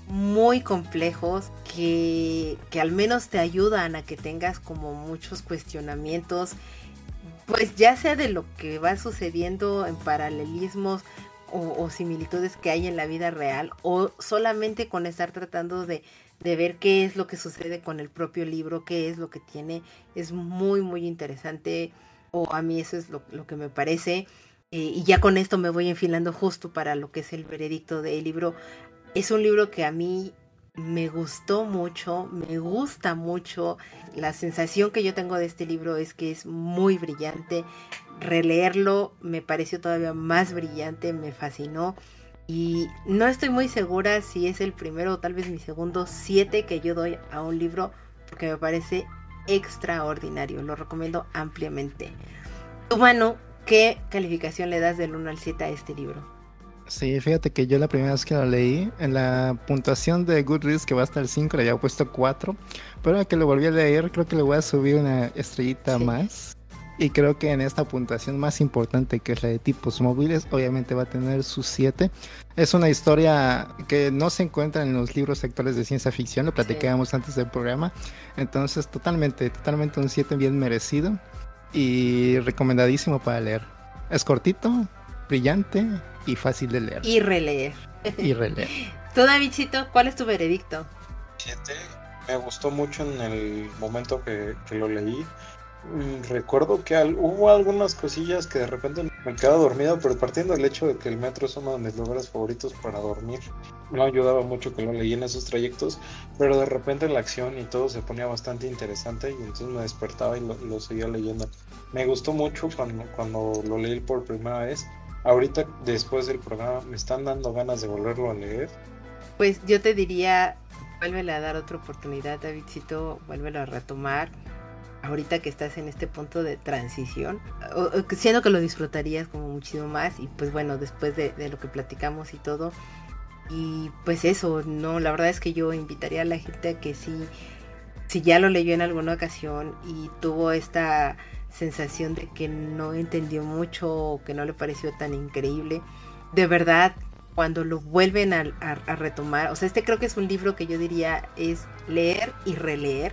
Speaker 2: muy complejos que, que al menos te ayudan a que tengas como muchos cuestionamientos, pues ya sea de lo que va sucediendo en paralelismos O, o similitudes que hay en la vida real, o solamente con estar tratando de, de ver qué es lo que sucede con el propio libro, qué es lo que tiene. Es muy muy interesante, o a mí eso es lo, lo que me parece, eh, y ya con esto me voy enfilando justo para lo que es el veredicto del libro. Es un libro que a mí me gustó mucho, me gusta mucho. La sensación que yo tengo de este libro es que es muy brillante. Releerlo me pareció todavía más brillante, me fascinó. Y no estoy muy segura si es el primero o tal vez mi segundo siete que yo doy a un libro, porque me parece extraordinario. Lo recomiendo ampliamente. Tú, Manu, ¿qué calificación le das del uno al siete a este libro?
Speaker 3: Sí, fíjate que yo la primera vez que lo leí, en la puntuación de Goodreads, que va hasta el cinco, le había puesto cuatro, pero ahora que lo volví a leer, creo que le voy a subir una estrellita sí. más, y creo que en esta puntuación más importante, que es la de tipos móviles, obviamente va a tener su siete. Es una historia que no se encuentra en los libros actuales de ciencia ficción, lo platicábamos sí. antes del programa, entonces totalmente, totalmente un siete bien merecido, y recomendadísimo para leer. Es cortito, brillante y fácil de leer.
Speaker 2: Y releer.
Speaker 3: Y releer.
Speaker 2: Tú, Davidcito, ¿cuál es tu veredicto?
Speaker 4: siete. Me gustó mucho en el momento que, que lo leí. Recuerdo que al, hubo algunas cosillas que de repente me quedaba dormido, pero partiendo del hecho de que el metro es uno de mis lugares favoritos para dormir, no ayudaba mucho que lo leí en esos trayectos, pero de repente la acción y todo se ponía bastante interesante y entonces me despertaba y lo, lo seguía leyendo. Me gustó mucho cuando, cuando lo leí por primera vez. Ahorita, después del programa, me están dando ganas de volverlo a leer.
Speaker 2: Pues yo te diría, vuélvele a dar otra oportunidad, Davidcito, vuélvelo a retomar. Ahorita que estás en este punto de transición, o, o, siendo que lo disfrutarías como muchísimo más, y pues bueno, después de, de lo que platicamos y todo, y pues eso, no, la verdad es que yo invitaría a la gente a que sí, si ya lo leyó en alguna ocasión y tuvo esta sensación de que no entendió mucho o que no le pareció tan increíble, de verdad, cuando lo vuelven a, a, a retomar, o sea, este creo que es un libro que yo diría es leer y releer,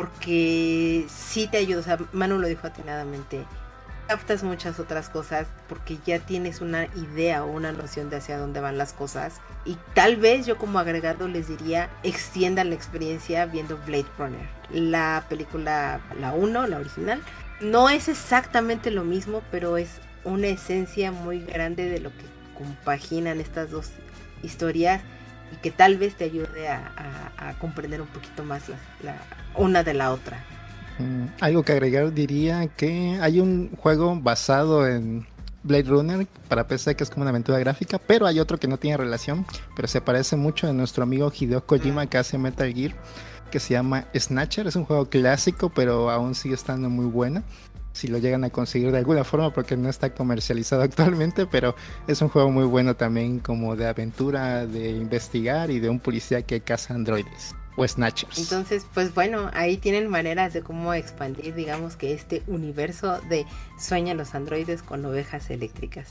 Speaker 2: porque sí te ayuda, o sea, Manu lo dijo atinadamente, captas muchas otras cosas porque ya tienes una idea o una noción de hacia dónde van las cosas, y tal vez yo como agregado les diría, extiendan la experiencia viendo Blade Runner, la película, la uno, la original. No es exactamente lo mismo, pero es una esencia muy grande de lo que compaginan estas dos historias y que tal vez te ayude a, a, a comprender un poquito más la, la, una de la otra.
Speaker 3: Mm, algo que agregar diría que hay un juego basado en Blade Runner para P C que es como una aventura gráfica, pero hay otro que no tiene relación, pero se parece mucho a nuestro amigo Hideo Kojima que hace Metal Gear, que se llama Snatcher. Es un juego clásico, pero aún sigue estando muy bueno. si lo llegan a conseguir de alguna forma, porque no está comercializado actualmente, pero es un juego muy bueno también, como de aventura, de investigar y de un policía que caza androides o snatchers.
Speaker 2: Entonces, pues bueno, ahí tienen maneras de cómo expandir, digamos, que este universo de Sueña los androides con ovejas eléctricas.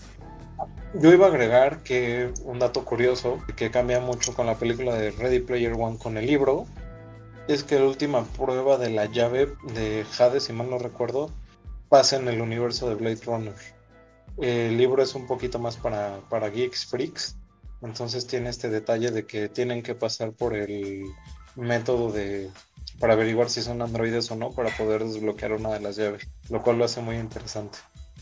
Speaker 4: Yo iba a agregar que un dato curioso que cambia mucho con la película de Ready Player One con el libro es que la última prueba de la llave de Hades, si mal no recuerdo, pasa en el universo de Blade Runner. El libro es un poquito más para, para geeks, freaks, entonces tiene este detalle de que tienen que pasar por el método de para averiguar si son androides o no para poder desbloquear una de las llaves, lo cual lo hace muy interesante.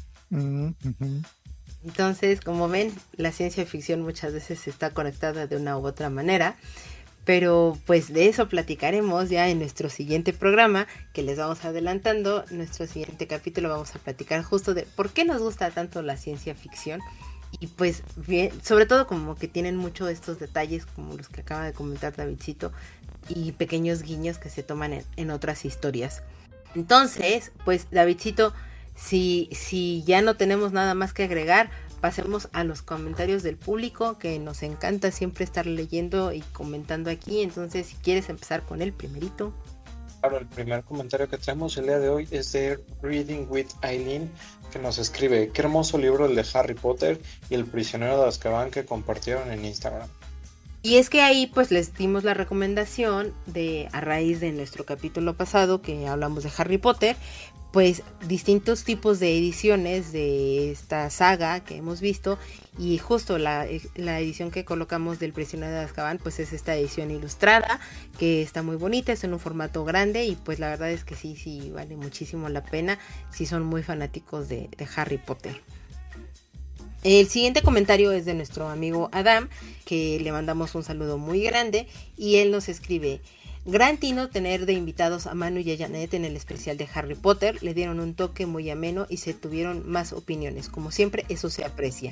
Speaker 3: Mm-hmm.
Speaker 2: Entonces, como ven, la ciencia ficción muchas veces está conectada de una u otra manera, pero pues de eso platicaremos ya en nuestro siguiente programa, que les vamos adelantando. Nuestro siguiente capítulo vamos a platicar justo de por qué nos gusta tanto la ciencia ficción, y pues bien, sobre todo como que tienen mucho de estos detalles como los que acaba de comentar Davidcito, y pequeños guiños que se toman en, en otras historias. Entonces, pues Davidcito, Si, si ya no tenemos nada más que agregar, pasemos a los comentarios del público, que nos encanta siempre estar leyendo y comentando aquí. Entonces, si quieres empezar con el primerito.
Speaker 4: Claro, el primer comentario que traemos el día de hoy es de Reading with Eileen, que nos escribe: qué hermoso libro el de Harry Potter y el prisionero de Azkaban que compartieron en Instagram.
Speaker 2: Y es que ahí pues les dimos la recomendación de, a raíz de nuestro capítulo pasado que hablamos de Harry Potter, pues distintos tipos de ediciones de esta saga que hemos visto, y justo la, la edición que colocamos del prisionero de Azkaban pues es esta edición ilustrada, que está muy bonita, es en un formato grande, y pues la verdad es que sí, sí vale muchísimo la pena si son muy fanáticos de, de Harry Potter. El siguiente comentario es de nuestro amigo Adam, que le mandamos un saludo muy grande, y él nos escribe: gran tino tener de invitados a Manu y a Janet en el especial de Harry Potter, le dieron un toque muy ameno y se tuvieron más opiniones, como siempre eso se aprecia.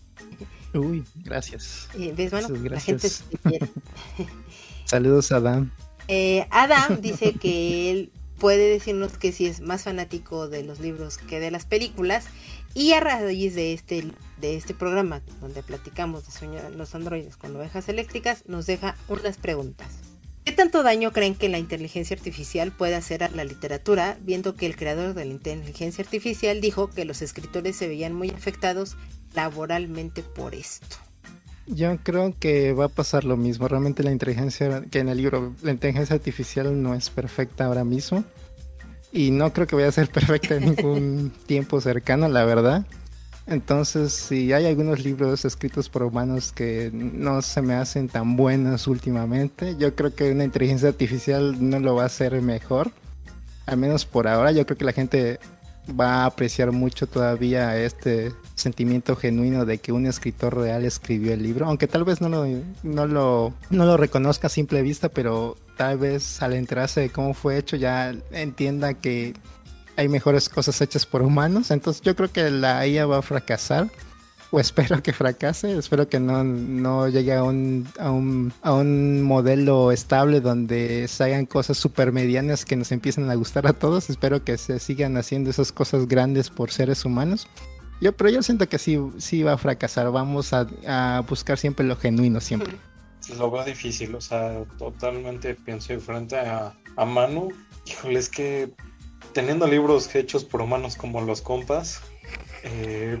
Speaker 3: Uy, gracias.
Speaker 2: Eh, ¿Ves, Manu? La gente se quiere.
Speaker 3: Saludos, Adam.
Speaker 2: Eh, Adam dice que él puede decirnos que si es más fanático de los libros que de las películas, y a raíz de este, de este programa donde platicamos de Sueño los androides con ovejas eléctricas, nos deja unas preguntas. ¿Qué tanto daño creen que la inteligencia artificial puede hacer a la literatura, viendo que el creador de la inteligencia artificial dijo que los escritores se veían muy afectados laboralmente por esto?
Speaker 3: Yo creo que va a pasar lo mismo. Realmente la inteligencia, que en el libro, la inteligencia artificial no es perfecta ahora mismo. Y no creo que vaya a ser perfecta en ningún tiempo cercano, la verdad. Entonces, si hay algunos libros escritos por humanos que no se me hacen tan buenos últimamente, yo creo que una inteligencia artificial no lo va a hacer mejor. Al menos por ahora. Yo creo que la gente va a apreciar mucho todavía este sentimiento genuino de que un escritor real escribió el libro, aunque tal vez no lo, no lo, no lo reconozca a simple vista, pero tal vez al enterarse de cómo fue hecho ya entienda que hay mejores cosas hechas por humanos. Entonces yo creo que la I A va a fracasar, o espero que fracase, espero que no, no llegue a un, a, un, a un modelo estable donde se hagan cosas super medianas que nos empiecen a gustar a todos. Espero que se sigan haciendo esas cosas grandes por seres humanos. Yo, pero yo siento que sí, sí va a fracasar. Vamos a, a buscar siempre lo genuino, siempre.
Speaker 4: Lo veo difícil, o sea, totalmente pienso diferente a, a Manu. Híjole, es que teniendo libros hechos por humanos como los compas, eh,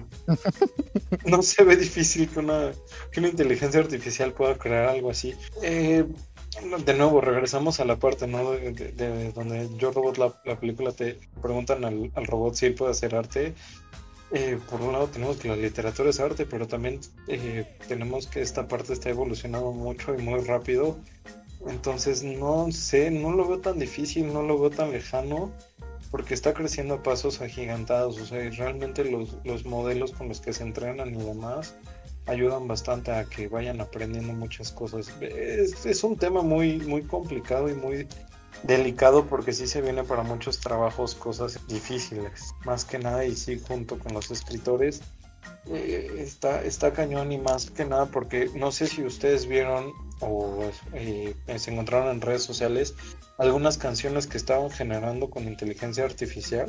Speaker 4: no se ve difícil que una, que una inteligencia artificial pueda crear algo así. Eh, de nuevo, regresamos a la parte, ¿no? De, de, de donde Yo Robot, la, la película, te preguntan al, al robot si él puede hacer arte. Eh, por un lado tenemos que la literatura es arte, pero también eh, tenemos que esta parte está evolucionando mucho y muy rápido. Entonces no sé, no lo veo tan difícil, no lo veo tan lejano, porque está creciendo a pasos agigantados. O sea, y realmente los, los modelos con los que se entrenan y demás ayudan bastante a que vayan aprendiendo muchas cosas. Es, es un tema muy, muy complicado y muy delicado, porque sí se viene para muchos trabajos cosas difíciles, más que nada, y sí, junto con los escritores eh, está, está cañón, y más que nada porque no sé si ustedes vieron o eh, se encontraron en redes sociales algunas canciones que estaban generando con inteligencia artificial,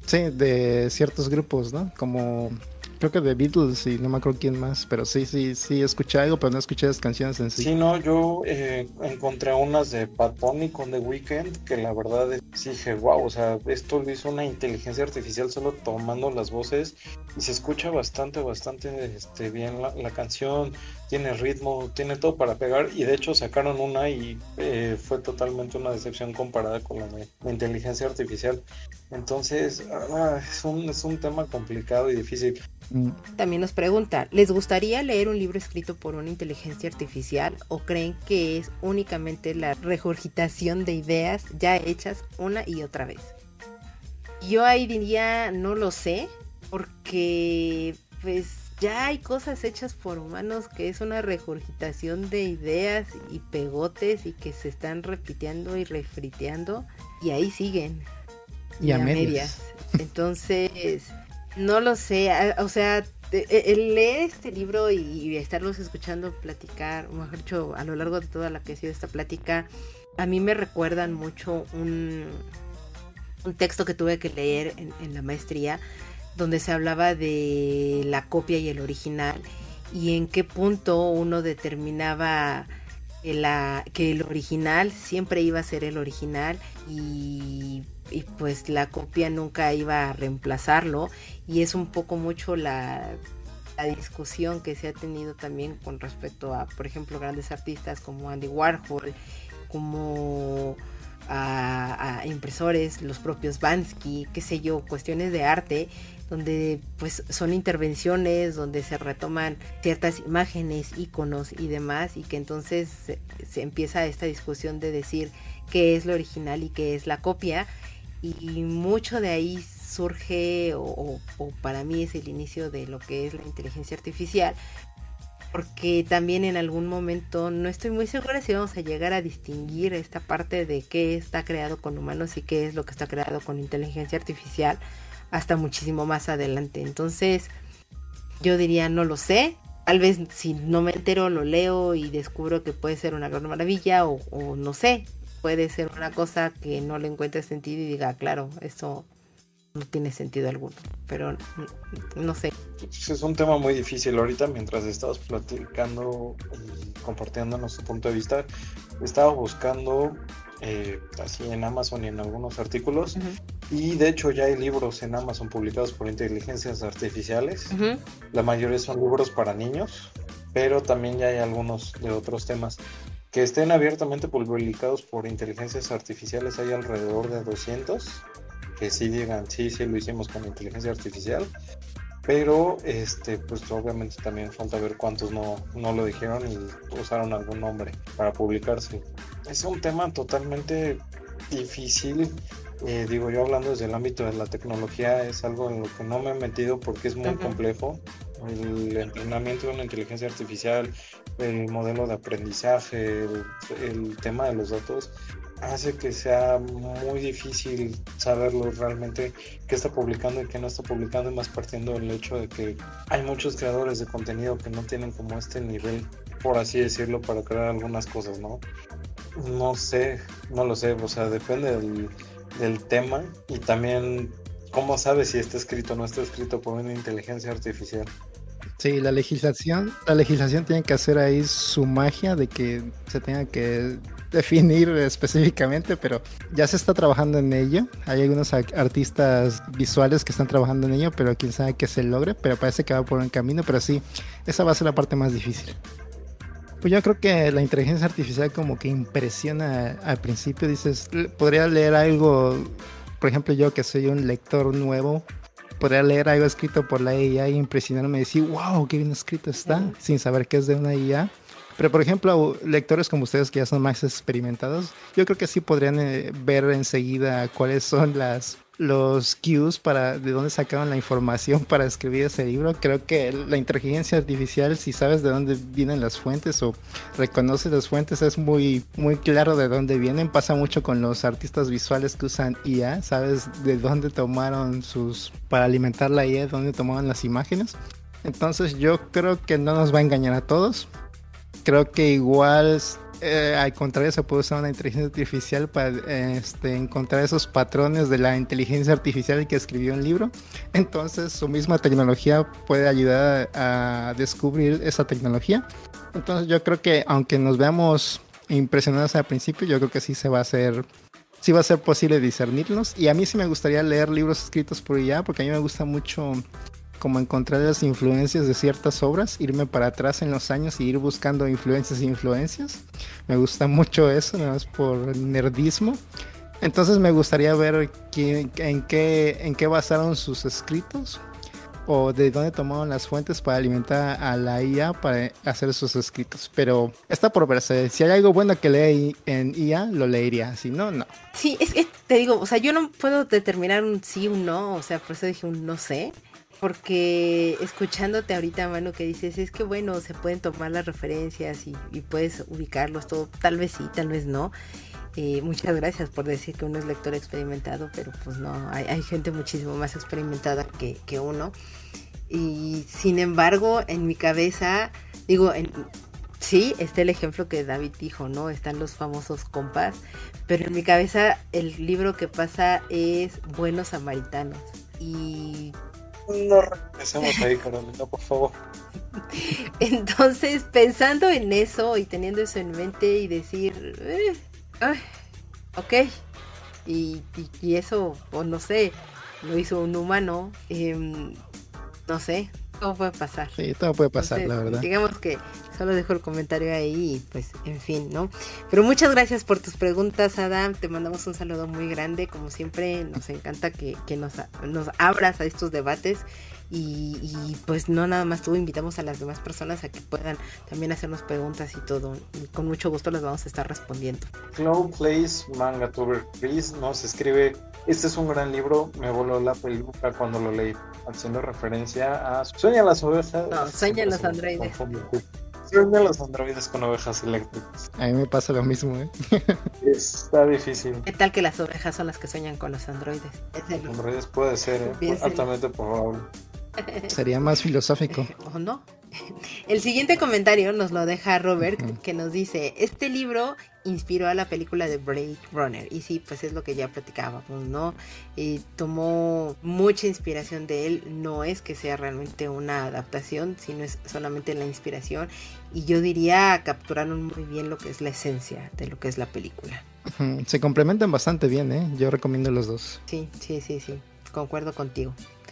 Speaker 3: Sí, de ciertos grupos, ¿no? Como creo que de Beatles y no me acuerdo quién más, pero sí, sí, sí escuché algo, pero no escuché las canciones en sí.
Speaker 4: Sí, no, yo eh, encontré unas de Bad Bunny con The Weeknd, que la verdad es, sí dije, wow, o sea, esto lo hizo una inteligencia artificial solo tomando las voces y se escucha bastante, bastante este, bien la, la canción, tiene ritmo, tiene todo para pegar y de hecho sacaron una y eh, fue totalmente una decepción comparada con la de la inteligencia artificial. Entonces, ah, es, un, es un tema complicado y difícil.
Speaker 2: También nos pregunta, ¿les gustaría leer un libro escrito por una inteligencia artificial o creen que es únicamente la regurgitación de ideas ya hechas una y otra vez? Yo ahí diría, no lo sé, porque pues ya hay cosas hechas por humanos que es una regurgitación de ideas y pegotes y que se están repitiendo y refriteando y ahí siguen.
Speaker 3: Y, y a, a medias. medias.
Speaker 2: Entonces... No lo sé, o sea, el leer este libro y estarlos escuchando platicar, o mejor dicho, a lo largo de toda la que ha sido esta plática, a mí me recuerdan mucho un, un texto que tuve que leer en, en la maestría, donde se hablaba de la copia y el original, y en qué punto uno determinaba que, la, que el original siempre iba a ser el original, y... y pues la copia nunca iba a reemplazarlo y es un poco mucho la, la discusión que se ha tenido también con respecto a, por ejemplo, grandes artistas como Andy Warhol, como a, a impresores, los propios Bansky, qué sé yo, cuestiones de arte donde pues son intervenciones, donde se retoman ciertas imágenes, íconos y demás, y que entonces se, se empieza esta discusión de decir qué es lo original y qué es la copia. Y mucho de ahí surge, o, o, o para mí es el inicio de lo que es la inteligencia artificial, porque también en algún momento no estoy muy segura si vamos a llegar a distinguir esta parte de qué está creado con humanos y qué es lo que está creado con inteligencia artificial hasta muchísimo más adelante. Entonces yo diría no lo sé, tal vez si no me entero lo leo y descubro que puede ser una gran maravilla o, o no sé, puede ser una cosa que no le encuentre sentido y diga, claro, esto no tiene sentido alguno, pero no, no sé.
Speaker 4: Es un tema muy difícil. Ahorita mientras estabas platicando y compartiendo nuestro punto de vista, estaba buscando eh, así en Amazon y en algunos artículos, uh-huh. y de hecho ya hay libros en Amazon publicados por inteligencias artificiales, uh-huh. La mayoría son libros para niños, pero también ya hay algunos de otros temas. Que estén abiertamente publicados por inteligencias artificiales hay alrededor de doscientos, que sí digan, sí, sí lo hicimos con inteligencia artificial, pero este, pues obviamente también falta ver cuántos no, no lo dijeron y usaron algún nombre para publicarse. Es un tema totalmente difícil, eh, digo yo hablando desde el ámbito de la tecnología, es algo en lo que no me he metido porque es muy uh-huh. complejo. El entrenamiento de una inteligencia artificial, el modelo de aprendizaje, el, el tema de los datos hace que sea muy difícil saberlo realmente qué está publicando y qué no está publicando, y más partiendo del hecho de que hay muchos creadores de contenido que no tienen como este nivel, por así decirlo, para crear algunas cosas, ¿no? No sé, no lo sé, o sea, depende del, del tema y también cómo sabes si está escrito o no está escrito por una inteligencia artificial.
Speaker 3: Sí, la legislación, la legislación tiene que hacer ahí su magia de que se tenga que definir específicamente, pero ya se está trabajando en ello. Hay algunos artistas visuales que están trabajando en ello, pero quién sabe que se logre, pero parece que va por un camino, pero sí, esa va a ser la parte más difícil. Pues yo creo que la inteligencia artificial como que impresiona al principio, dices, podría leer algo, por ejemplo yo que soy un lector nuevo, podría leer algo escrito por la I A e impresionarme y decir, wow, qué bien escrito está, uh-huh. sin saber que es de una I A. Pero por ejemplo, lectores como ustedes que ya son más experimentados, yo creo que sí podrían eh, ver enseguida cuáles son las los cues para de dónde sacaron la información para escribir ese libro. Creo que la inteligencia artificial, si sabes de dónde vienen las fuentes o reconoces las fuentes, es muy muy claro de dónde vienen. Pasa mucho con los artistas visuales que usan I A, sabes de dónde tomaron sus para alimentar la I A, de dónde tomaron las imágenes. Entonces yo creo que no nos va a engañar a todos. Creo que igual eh, al contrario, se puede usar una inteligencia artificial para eh, este, encontrar esos patrones de la inteligencia artificial que escribió un libro. Entonces su misma tecnología puede ayudar a, a descubrir esa tecnología. Entonces yo creo que aunque nos veamos impresionados al principio, yo creo que sí se va a hacer, sí va a ser posible discernirlos. Y a mí sí me gustaría leer libros escritos por I A, porque a mí me gusta mucho como encontrar las influencias de ciertas obras, irme para atrás en los años y ir buscando influencias e influencias. Me gusta mucho eso, nada más por nerdismo. Entonces me gustaría ver quién, en qué, en qué basaron sus escritos, o de dónde tomaron las fuentes para alimentar a la I A para hacer sus escritos. Pero está por verse. Si hay algo bueno que lee en I A, lo leería. Si no, no.
Speaker 2: Sí, es que te digo, o sea, yo no puedo determinar un sí o un no. O sea, por eso dije un no sé. Porque escuchándote ahorita, Manu, que dices, es que bueno, se pueden tomar las referencias y, y puedes ubicarlos todo. Tal vez sí, tal vez no. Eh, muchas gracias por decir que uno es lector experimentado, pero pues no, hay, hay gente muchísimo más experimentada que, que uno. Y sin embargo, en mi cabeza, digo, en, sí, está el ejemplo que David dijo, ¿no? Están los famosos compas, pero en mi cabeza el libro que pasa es Buenos Samaritanos. Y...
Speaker 4: no regresemos ahí, Carolina, por favor.
Speaker 2: Entonces, pensando en eso y teniendo eso en mente y decir... Eh, Ay, ok, y, y, y eso, o no sé, lo hizo un humano, eh, no sé, todo puede pasar.
Speaker 3: Sí, todo puede pasar. Entonces, la verdad.
Speaker 2: Digamos que solo dejo el comentario ahí y pues, en fin, ¿no? Pero muchas gracias por tus preguntas, Adam, te mandamos un saludo muy grande, como siempre, nos encanta que, que nos, nos abras a estos debates. Y, y pues no nada más tú, invitamos a las demás personas a que puedan también hacernos preguntas y todo, y con mucho gusto las vamos a estar respondiendo.
Speaker 4: Slow Place Manga Tuber Chris nos escribe: este es un gran libro, me voló la peluca cuando lo leí, haciendo referencia a Sueña las ovejas.
Speaker 2: No, Sueñan los androides.
Speaker 4: Sueña los androides con ovejas eléctricas.
Speaker 3: A mí me pasa lo mismo, ¿eh?
Speaker 4: Está difícil.
Speaker 2: ¿Qué tal que las ovejas son las que sueñan con los androides?
Speaker 4: Los androides puede ser, ¿eh? Altamente probable.
Speaker 3: Sería más filosófico.
Speaker 2: ¿O no? El siguiente comentario nos lo deja Robert, uh-huh. que nos dice: este libro inspiró a la película de Blade Runner. Y sí, pues es lo que ya platicábamos, ¿no? Y tomó mucha inspiración de él. No es que sea realmente una adaptación, sino es solamente la inspiración. Y yo diría capturaron muy bien lo que es la esencia de lo que es la película.
Speaker 3: Uh-huh. Se complementan bastante bien, ¿eh? Yo recomiendo los dos.
Speaker 2: Sí, sí, sí, sí. Concuerdo contigo.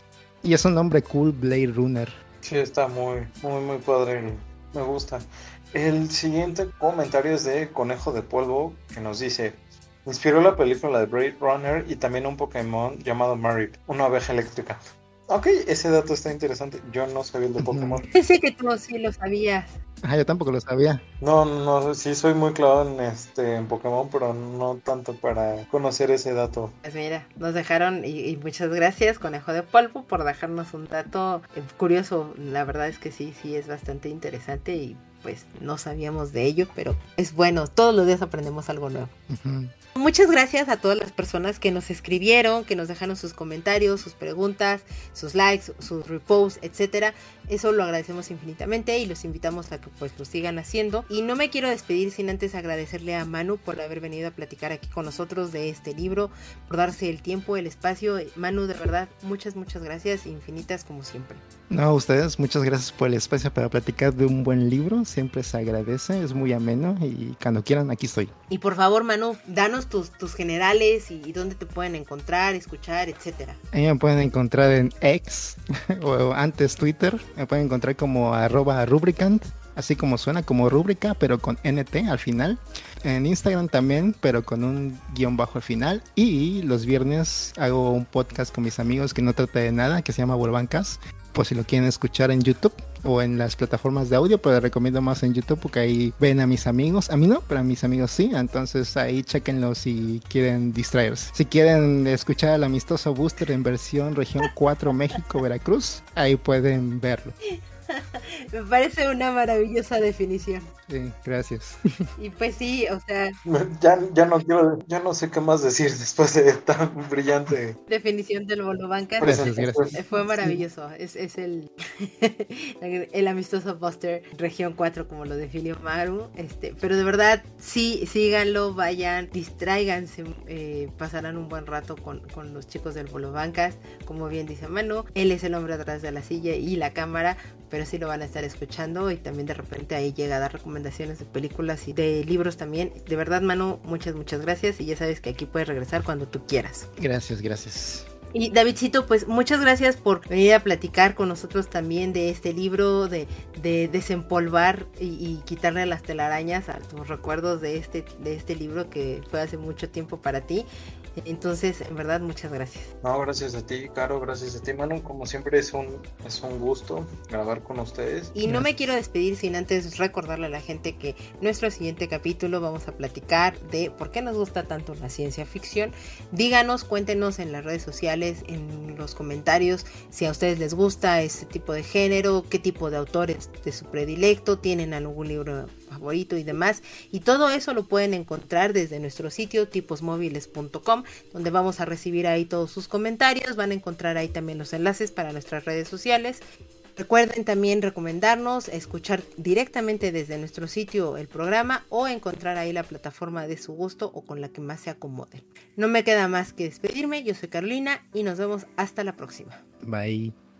Speaker 3: Y es un nombre cool, Blade Runner.
Speaker 4: Sí, está muy, muy, muy padre. Me gusta. El siguiente comentario es de Conejo de Polvo, que nos dice: inspiró la película de Blade Runner y también un Pokémon llamado Mareep, una oveja eléctrica. Ok, ese dato está interesante. Yo no sabía el de Pokémon.
Speaker 2: Pensé que tú sí lo sabías.
Speaker 3: Ah, yo tampoco lo sabía.
Speaker 4: No, no, sí soy muy clavado en este en Pokémon, pero no tanto para conocer ese dato.
Speaker 2: Pues mira, nos dejaron, y, y muchas gracias, Conejo de Polvo, por dejarnos un dato eh, curioso. La verdad es que sí, sí es bastante interesante y pues no sabíamos de ello, pero es bueno, todos los días aprendemos algo nuevo. Uh-huh. Muchas gracias a todas las personas que nos escribieron, que nos dejaron sus comentarios, sus preguntas, sus likes, sus reposts, etcétera. Eso lo agradecemos infinitamente y los invitamos a que pues lo sigan haciendo. Y no me quiero despedir sin antes agradecerle a Manu por haber venido a platicar aquí con nosotros de este libro, por darse el tiempo, el espacio. Manu, de verdad, muchas, muchas gracias, infinitas como siempre.
Speaker 3: No, a ustedes, muchas gracias por el espacio para platicar de un buen libro. Siempre se agradece, es muy ameno y cuando quieran aquí estoy.
Speaker 2: Y por favor, Manu, danos tus, tus generales y, y dónde te pueden encontrar, escuchar, etcétera.
Speaker 3: Ahí me pueden encontrar en X o antes Twitter. Me pueden encontrar como arroba rubricant, así como suena, como rúbrica, pero con N T al final. En Instagram también, pero con un guión bajo al final. Y los viernes hago un podcast con mis amigos que no trata de nada, que se llama Volvancas. Por si lo quieren escuchar en YouTube o en las plataformas de audio, pero les recomiendo más en YouTube porque ahí ven a mis amigos. A mí no, pero a mis amigos sí. Entonces ahí chequenlo si quieren distraerse. Si quieren escuchar al amistoso Booster en versión región cuatro México, Veracruz, ahí pueden verlo.
Speaker 2: Me parece una maravillosa definición.
Speaker 3: Sí, gracias.
Speaker 2: Y pues sí, o sea...
Speaker 4: Ya, ya, no quiero, ya no sé qué más decir después de tan brillante
Speaker 2: definición del Bolobancas.
Speaker 3: Gracias, gracias.
Speaker 2: Fue maravilloso. Sí. Es, es el, el amistoso Buster Región cuatro, como lo definió Maru. Este, pero de verdad, sí, síganlo, vayan, distráiganse, eh, pasarán un buen rato con, con los chicos del Bolobancas. Como bien dice Manu, él es el hombre atrás de la silla y la cámara, pero sí lo van a estar escuchando y también de repente ahí llega a dar recomendaciones de películas y de libros también. De verdad, Manu, muchas, muchas gracias y ya sabes que aquí puedes regresar cuando tú quieras.
Speaker 3: Gracias, gracias.
Speaker 2: Y Davidcito, pues muchas gracias por venir a platicar con nosotros también de este libro, de, de desempolvar y, y quitarle las telarañas a tus recuerdos de este, de este libro que fue hace mucho tiempo para ti. Entonces, en verdad, muchas gracias.
Speaker 4: No, gracias a ti, Caro, gracias a ti, Manu. Como siempre es un, es un gusto grabar con ustedes.
Speaker 2: Y no me quiero despedir sin antes recordarle a la gente que nuestro siguiente capítulo vamos a platicar de por qué nos gusta tanto la ciencia ficción. Díganos, cuéntenos en las redes sociales, en los comentarios, si a ustedes les gusta este tipo de género, qué tipo de autores de su predilecto, tienen algún libro favorito y demás, y todo eso lo pueden encontrar desde nuestro sitio tipos móviles punto com, donde vamos a recibir ahí todos sus comentarios. Van a encontrar ahí también los enlaces para nuestras redes sociales. Recuerden también recomendarnos, escuchar directamente desde nuestro sitio el programa o encontrar ahí la plataforma de su gusto o con la que más se acomoden. No me queda más que despedirme, yo soy Carolina y nos vemos hasta la próxima.
Speaker 3: Bye.